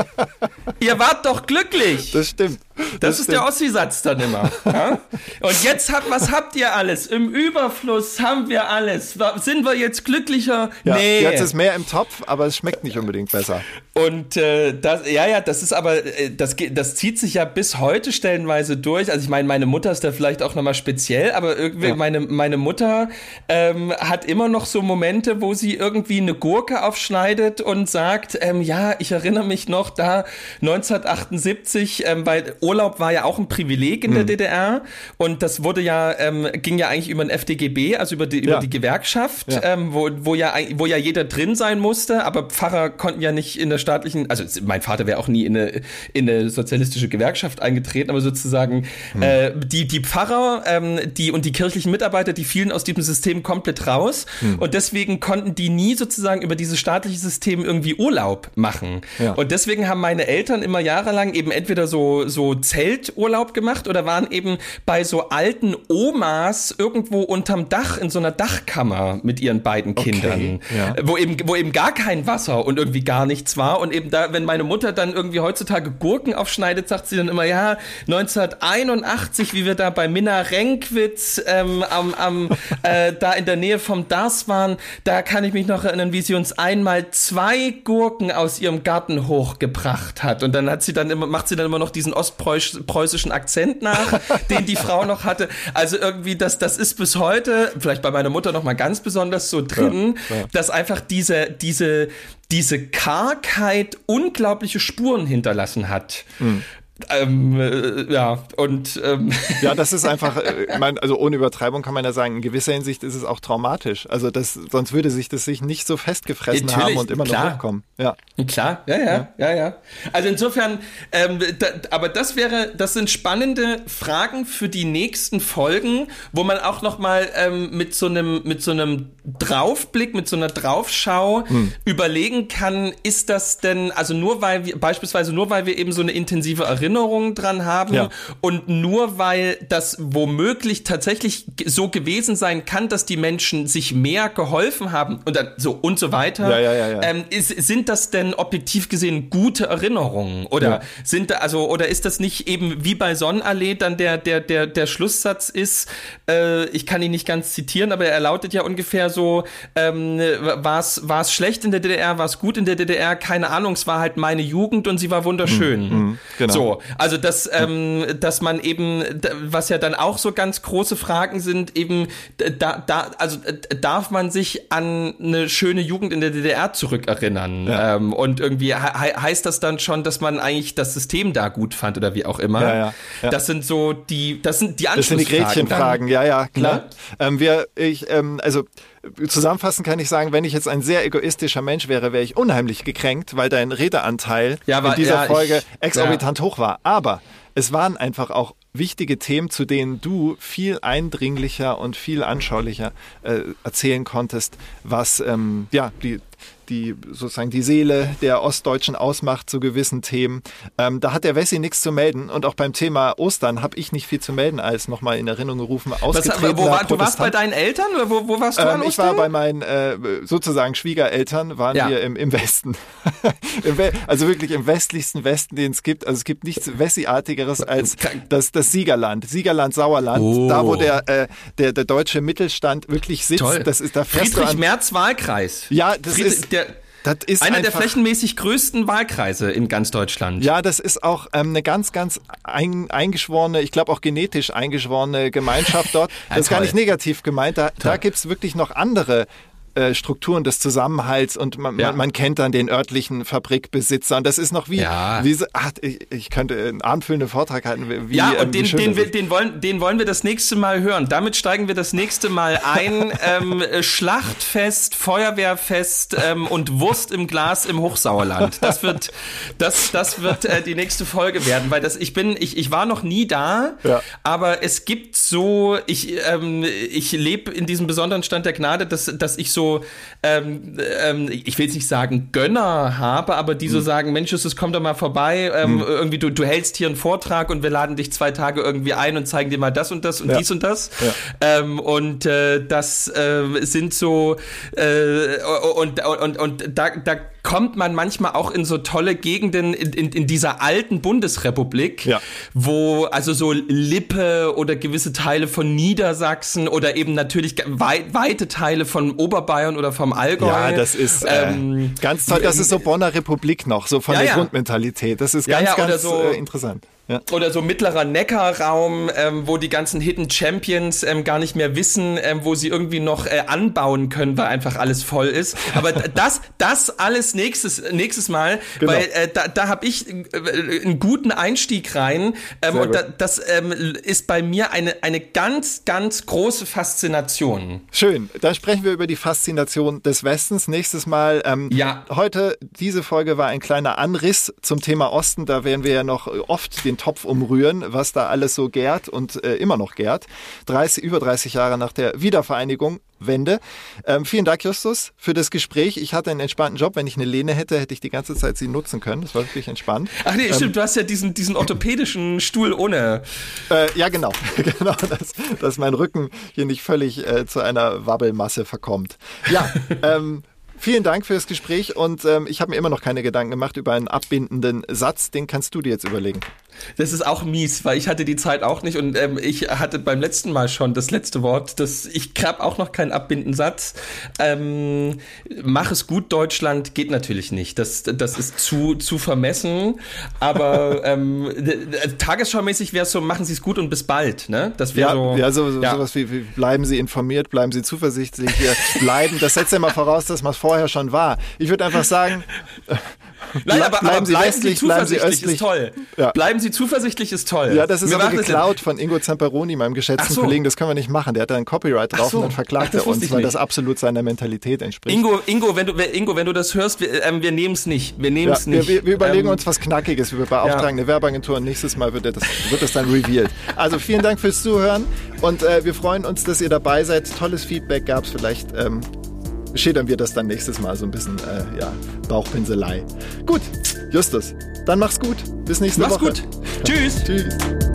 Speaker 5: Ihr wart doch glücklich.
Speaker 6: Das stimmt.
Speaker 5: Das,
Speaker 6: das
Speaker 5: ist
Speaker 6: stimmt.
Speaker 5: der Ossi-Satz dann immer. Ja? Und jetzt habt, was habt ihr alles? Im Überfluss haben wir alles. Sind wir jetzt glücklicher?
Speaker 6: Ja,
Speaker 5: nee.
Speaker 6: Jetzt ist mehr im Topf, aber es schmeckt nicht unbedingt besser.
Speaker 5: Und äh, das, ja, ja, das ist aber, äh, das, das zieht sich ja bis heute stellenweise durch. Also ich meine, meine Mutter ist da vielleicht auch nochmal speziell, aber irgendwie ja. meine, meine Mutter ähm, hat immer noch so Momente, wo sie irgendwie eine Gurke aufschneidet und sagt, ähm, ja, ich erinnere mich noch da neunzehnhundertachtundsiebzig, ähm, weil Urlaub war ja auch ein Privileg in der mhm. D D R und das wurde ja, ähm, ging ja eigentlich über den F D G B, also über die, über
Speaker 6: ja.
Speaker 5: die Gewerkschaft,
Speaker 6: ja.
Speaker 5: Ähm, wo, wo, ja, wo ja jeder drin sein musste, aber Pfarrer konnten ja nicht in der staatlichen, also mein Vater wäre auch nie in eine, in eine sozialistische Gewerkschaft eingetreten, aber sozusagen mhm. äh, die, die Pfarrer ähm, die und die kirchlichen Mitarbeiter, die fielen aus diesem System komplett raus mhm. und deswegen konnten die nie sozusagen über dieses staatliche System irgendwie Urlaub machen. Ja. Und deswegen haben meine Eltern immer jahrelang eben entweder so, so Zelturlaub gemacht oder waren eben bei so alten Omas irgendwo unterm Dach in so einer Dachkammer mit ihren beiden Kindern,
Speaker 6: okay, ja.
Speaker 5: wo eben, wo eben gar kein Wasser und irgendwie gar nichts war und eben da, wenn meine Mutter dann irgendwie heutzutage Gurken aufschneidet, sagt sie dann immer, ja, neunzehnhunderteinundachtzig, wie wir da bei Minna Renkwitz ähm, am, am äh, da in der Nähe vom Dars waren, da kann ich mich noch erinnern, wie sie uns einmal zwei Gurken aus ihrem Garten hochgebracht hat und dann hat sie dann immer, macht sie dann immer noch diesen ostpreußischen Akzent nach, den die Frau noch hatte. Also irgendwie, das, das ist bis heute, vielleicht bei meiner Mutter noch mal ganz besonders so drin, ja, ja. dass einfach diese, diese, diese Kargheit unglaubliche Spuren hinterlassen hat. Mhm. Ähm, äh, ja, und ähm.
Speaker 6: ja, das ist einfach, äh, mein, also ohne Übertreibung kann man ja sagen, in gewisser Hinsicht ist es auch traumatisch. Also das, sonst würde sich das sich nicht so festgefressen Natürlich, haben und immer klar. noch hochkommen. Ja.
Speaker 5: Klar, ja, ja, ja, ja. Also insofern, ähm, da, aber das wäre, das sind spannende Fragen für die nächsten Folgen, wo man auch noch mal ähm, mit so einem, mit so einem Draufblick, mit so einer Draufschau hm. überlegen kann, ist das denn, also nur weil wir, beispielsweise nur weil wir eben so eine intensive Erinnerung Erinnerungen dran haben ja. und nur weil das womöglich tatsächlich so gewesen sein kann, dass die Menschen sich mehr geholfen haben und dann so und so weiter,
Speaker 6: ja, ja, ja, ja.
Speaker 5: Ähm, ist, sind das denn objektiv gesehen gute Erinnerungen oder ja. sind da, also oder ist das nicht eben wie bei Sonnenallee dann der der der der Schlusssatz ist, äh, ich kann ihn nicht ganz zitieren, aber er lautet ja ungefähr so, ähm, war es war es schlecht in der D D R, war es gut in der D D R, keine Ahnung, es war halt meine Jugend und sie war wunderschön.
Speaker 6: Mhm, genau.
Speaker 5: So, Genau. Also, dass, ähm, dass man eben, was ja dann auch so ganz große Fragen sind, eben, da, da, also, darf man sich an eine schöne Jugend in der D D R zurückerinnern? Ja. Ähm, und irgendwie he- heißt das dann schon, dass man eigentlich das System da gut fand oder wie auch immer?
Speaker 6: Ja, ja, ja.
Speaker 5: Das sind so die, das sind die Anschlussfragen.
Speaker 6: Das sind die Gretchenfragen, ja, ja, klar. Ähm, wir, ich, ähm, also, zusammenfassend kann ich sagen, wenn ich jetzt ein sehr egoistischer Mensch wäre, wäre ich unheimlich gekränkt, weil dein Redeanteil
Speaker 5: ja, aber,
Speaker 6: in dieser
Speaker 5: ja,
Speaker 6: Folge
Speaker 5: ich,
Speaker 6: exorbitant
Speaker 5: ja.
Speaker 6: hoch war. Aber es waren einfach auch wichtige Themen, zu denen du viel eindringlicher und viel anschaulicher äh, erzählen konntest, was ähm, ja die die sozusagen die Seele der Ostdeutschen ausmacht zu gewissen Themen. Ähm, da hat der Wessi nichts zu melden und auch beim Thema Ostern habe ich nicht viel zu melden, als nochmal in Erinnerung gerufen, ausgetretener
Speaker 5: wo war, Du warst
Speaker 6: Protestant.
Speaker 5: bei deinen Eltern oder wo, wo warst du
Speaker 6: ähm,
Speaker 5: an Ostern?
Speaker 6: Ich war bei meinen äh, sozusagen Schwiegereltern, waren
Speaker 5: ja.
Speaker 6: wir im, im Westen. Im We- also wirklich im westlichsten Westen, den es gibt. Also es gibt nichts Wessi-artigeres als das, das Siegerland. Siegerland, Sauerland.
Speaker 5: Oh.
Speaker 6: Da, wo der, äh, der, der deutsche Mittelstand wirklich sitzt.
Speaker 5: Toll.
Speaker 6: Das ist, da fährst du an,
Speaker 5: Friedrich-Merz-Wahlkreis.
Speaker 6: Ja, das
Speaker 5: Friedrich,
Speaker 6: ist...
Speaker 5: Der,
Speaker 6: Das ist
Speaker 5: einer
Speaker 6: einfach,
Speaker 5: der flächenmäßig größten Wahlkreise in ganz Deutschland.
Speaker 6: Ja, das ist auch ähm, eine ganz, ganz ein, eingeschworene, ich glaube auch genetisch eingeschworene Gemeinschaft dort. Das
Speaker 5: ja,
Speaker 6: ist gar nicht negativ gemeint. Da, da gibt's wirklich noch andere äh, Strukturen des Zusammenhalts und man,
Speaker 5: ja.
Speaker 6: man, man kennt dann den örtlichen Fabrikbesitzer. Und das ist noch wie,
Speaker 5: ja.
Speaker 6: wie so, ach, ich, ich könnte einen abendfüllenden Vortrag halten. Wie,
Speaker 5: ja,
Speaker 6: ähm,
Speaker 5: und den,
Speaker 6: wie schön
Speaker 5: den,
Speaker 6: das ist.
Speaker 5: den, wollen, den wollen wir das nächste Mal hören. Damit steigen wir das nächste Mal ein. ähm, Schlachtfest, Feuerwehrfest ähm, und Wurst im Glas im Hochsauerland. Das wird, das, das wird äh, die nächste Folge werden, weil das, ich bin, ich, ich war noch nie da,
Speaker 6: Ja.
Speaker 5: aber es gibt so, ich, ähm, ich lebe in diesem besonderen Stand der Gnade, dass, dass ich so, ähm, ähm, ich will jetzt nicht sagen Gönner habe, aber die so
Speaker 6: hm.
Speaker 5: sagen, Mensch, es kommt doch mal vorbei, ähm, hm. irgendwie du, du hältst hier einen Vortrag und wir laden dich zwei Tage irgendwie ein und zeigen dir mal das und das und
Speaker 6: ja.
Speaker 5: dies und das.
Speaker 6: Ja.
Speaker 5: Ähm, und äh, das äh, sind so äh, und, und, und da, da kommt man manchmal auch in so tolle Gegenden in, in, in dieser alten Bundesrepublik,
Speaker 6: ja.
Speaker 5: wo also so Lippe oder gewisse Teile von Niedersachsen oder eben natürlich weit, weite Teile von Oberbayern oder vom Allgäu.
Speaker 6: Ja, das ist äh,
Speaker 5: ähm,
Speaker 6: ganz toll. Das ist so Bonner Republik noch, so von
Speaker 5: ja,
Speaker 6: der
Speaker 5: ja.
Speaker 6: Grundmentalität. Das ist
Speaker 5: Ja,
Speaker 6: ganz,
Speaker 5: ja, oder
Speaker 6: ganz
Speaker 5: so-
Speaker 6: äh, interessant. Ja.
Speaker 5: Oder so mittlerer Neckarraum, ähm, wo die ganzen Hidden Champions ähm, gar nicht mehr wissen, ähm, wo sie irgendwie noch äh, anbauen können, weil einfach alles voll ist. Aber das, das alles nächstes, nächstes Mal,
Speaker 6: Genau.
Speaker 5: weil äh, da, da habe ich äh, einen guten Einstieg rein. Ähm,
Speaker 6: Sehr
Speaker 5: und da,
Speaker 6: gut.
Speaker 5: das ähm, ist bei mir eine, eine ganz, ganz große Faszination.
Speaker 6: Schön, dann sprechen wir über die Faszination des Westens. Nächstes Mal, ähm,
Speaker 5: Ja.
Speaker 6: heute, diese Folge war ein kleiner Anriss zum Thema Osten. Da werden wir ja noch oft den Topf umrühren, was da alles so gärt und äh, immer noch gärt. dreißig, über dreißig Jahre nach der Wiedervereinigung, Wende. Ähm, vielen Dank, Justus, für das Gespräch. Ich hatte einen entspannten Job. Wenn ich eine Lehne hätte, hätte ich die ganze Zeit sie nutzen können. Das war wirklich entspannt.
Speaker 5: Ach nee,
Speaker 6: Ähm,
Speaker 5: stimmt, du hast ja diesen, diesen orthopädischen Stuhl ohne.
Speaker 6: Äh, ja, genau. genau, dass, dass mein Rücken hier nicht völlig äh, zu einer Wabbelmasse verkommt. Ja, ähm, vielen Dank für das Gespräch und ähm, ich habe mir immer noch keine Gedanken gemacht über einen abbindenden Satz. Den kannst du dir jetzt überlegen.
Speaker 5: Das ist auch mies, weil ich hatte die Zeit auch nicht und ähm, ich hatte beim letzten Mal schon das letzte Wort. Das, ich habe auch noch keinen abbindenden Satz. Ähm, mach es gut, Deutschland, geht natürlich nicht. Das, das ist zu, zu vermessen. Aber ähm, tagesschaumäßig wäre es so, machen Sie es gut und bis bald. Ne? Das wäre
Speaker 6: Ja,
Speaker 5: so,
Speaker 6: ja, so, so
Speaker 5: ja.
Speaker 6: sowas wie, wie bleiben Sie informiert, bleiben Sie zuversichtlich, wir bleiben. Das setzt ja mal voraus, dass man es vorher schon war. Ich würde einfach sagen,
Speaker 5: Nein, aber,
Speaker 6: bleiben
Speaker 5: aber
Speaker 6: Sie
Speaker 5: bleiben
Speaker 6: westlich,
Speaker 5: Sie
Speaker 6: bleiben Sie
Speaker 5: zuversichtlich
Speaker 6: östlich.
Speaker 5: ist toll.
Speaker 6: Ja.
Speaker 5: Bleiben Sie zuversichtlich ist toll.
Speaker 6: Ja, das ist
Speaker 5: Mir
Speaker 6: aber
Speaker 5: macht das-
Speaker 6: geklaut von Ingo Zamperoni, meinem geschätzten
Speaker 5: Ach so.
Speaker 6: Kollegen. Das können wir nicht machen. Der hat da ein Copyright drauf
Speaker 5: Ach so.
Speaker 6: und dann verklagt
Speaker 5: Ach, das
Speaker 6: er
Speaker 5: wusste
Speaker 6: uns,
Speaker 5: ich
Speaker 6: weil
Speaker 5: nicht.
Speaker 6: das absolut seiner Mentalität entspricht.
Speaker 5: Ingo, Ingo, wenn du, Ingo, wenn du das hörst, wir, ähm, wir nehmen es nicht. Wir nehmen
Speaker 6: Ja,
Speaker 5: es nicht.
Speaker 6: wir, wir überlegen
Speaker 5: Ähm,
Speaker 6: uns was Knackiges. Wir beauftragen
Speaker 5: ja.
Speaker 6: eine Werbeagentur und nächstes Mal wird das, wird das dann revealed. Also vielen Dank fürs Zuhören und äh, wir freuen uns, dass ihr dabei seid. Tolles Feedback gab es. Vielleicht ähm, schildern wir das dann nächstes Mal so ein bisschen äh, ja, Bauchpinselei. Gut, Justus, dann mach's gut. Bis nächste
Speaker 5: Mach's
Speaker 6: Woche.
Speaker 5: gut. Tschüss.
Speaker 6: Tschüss.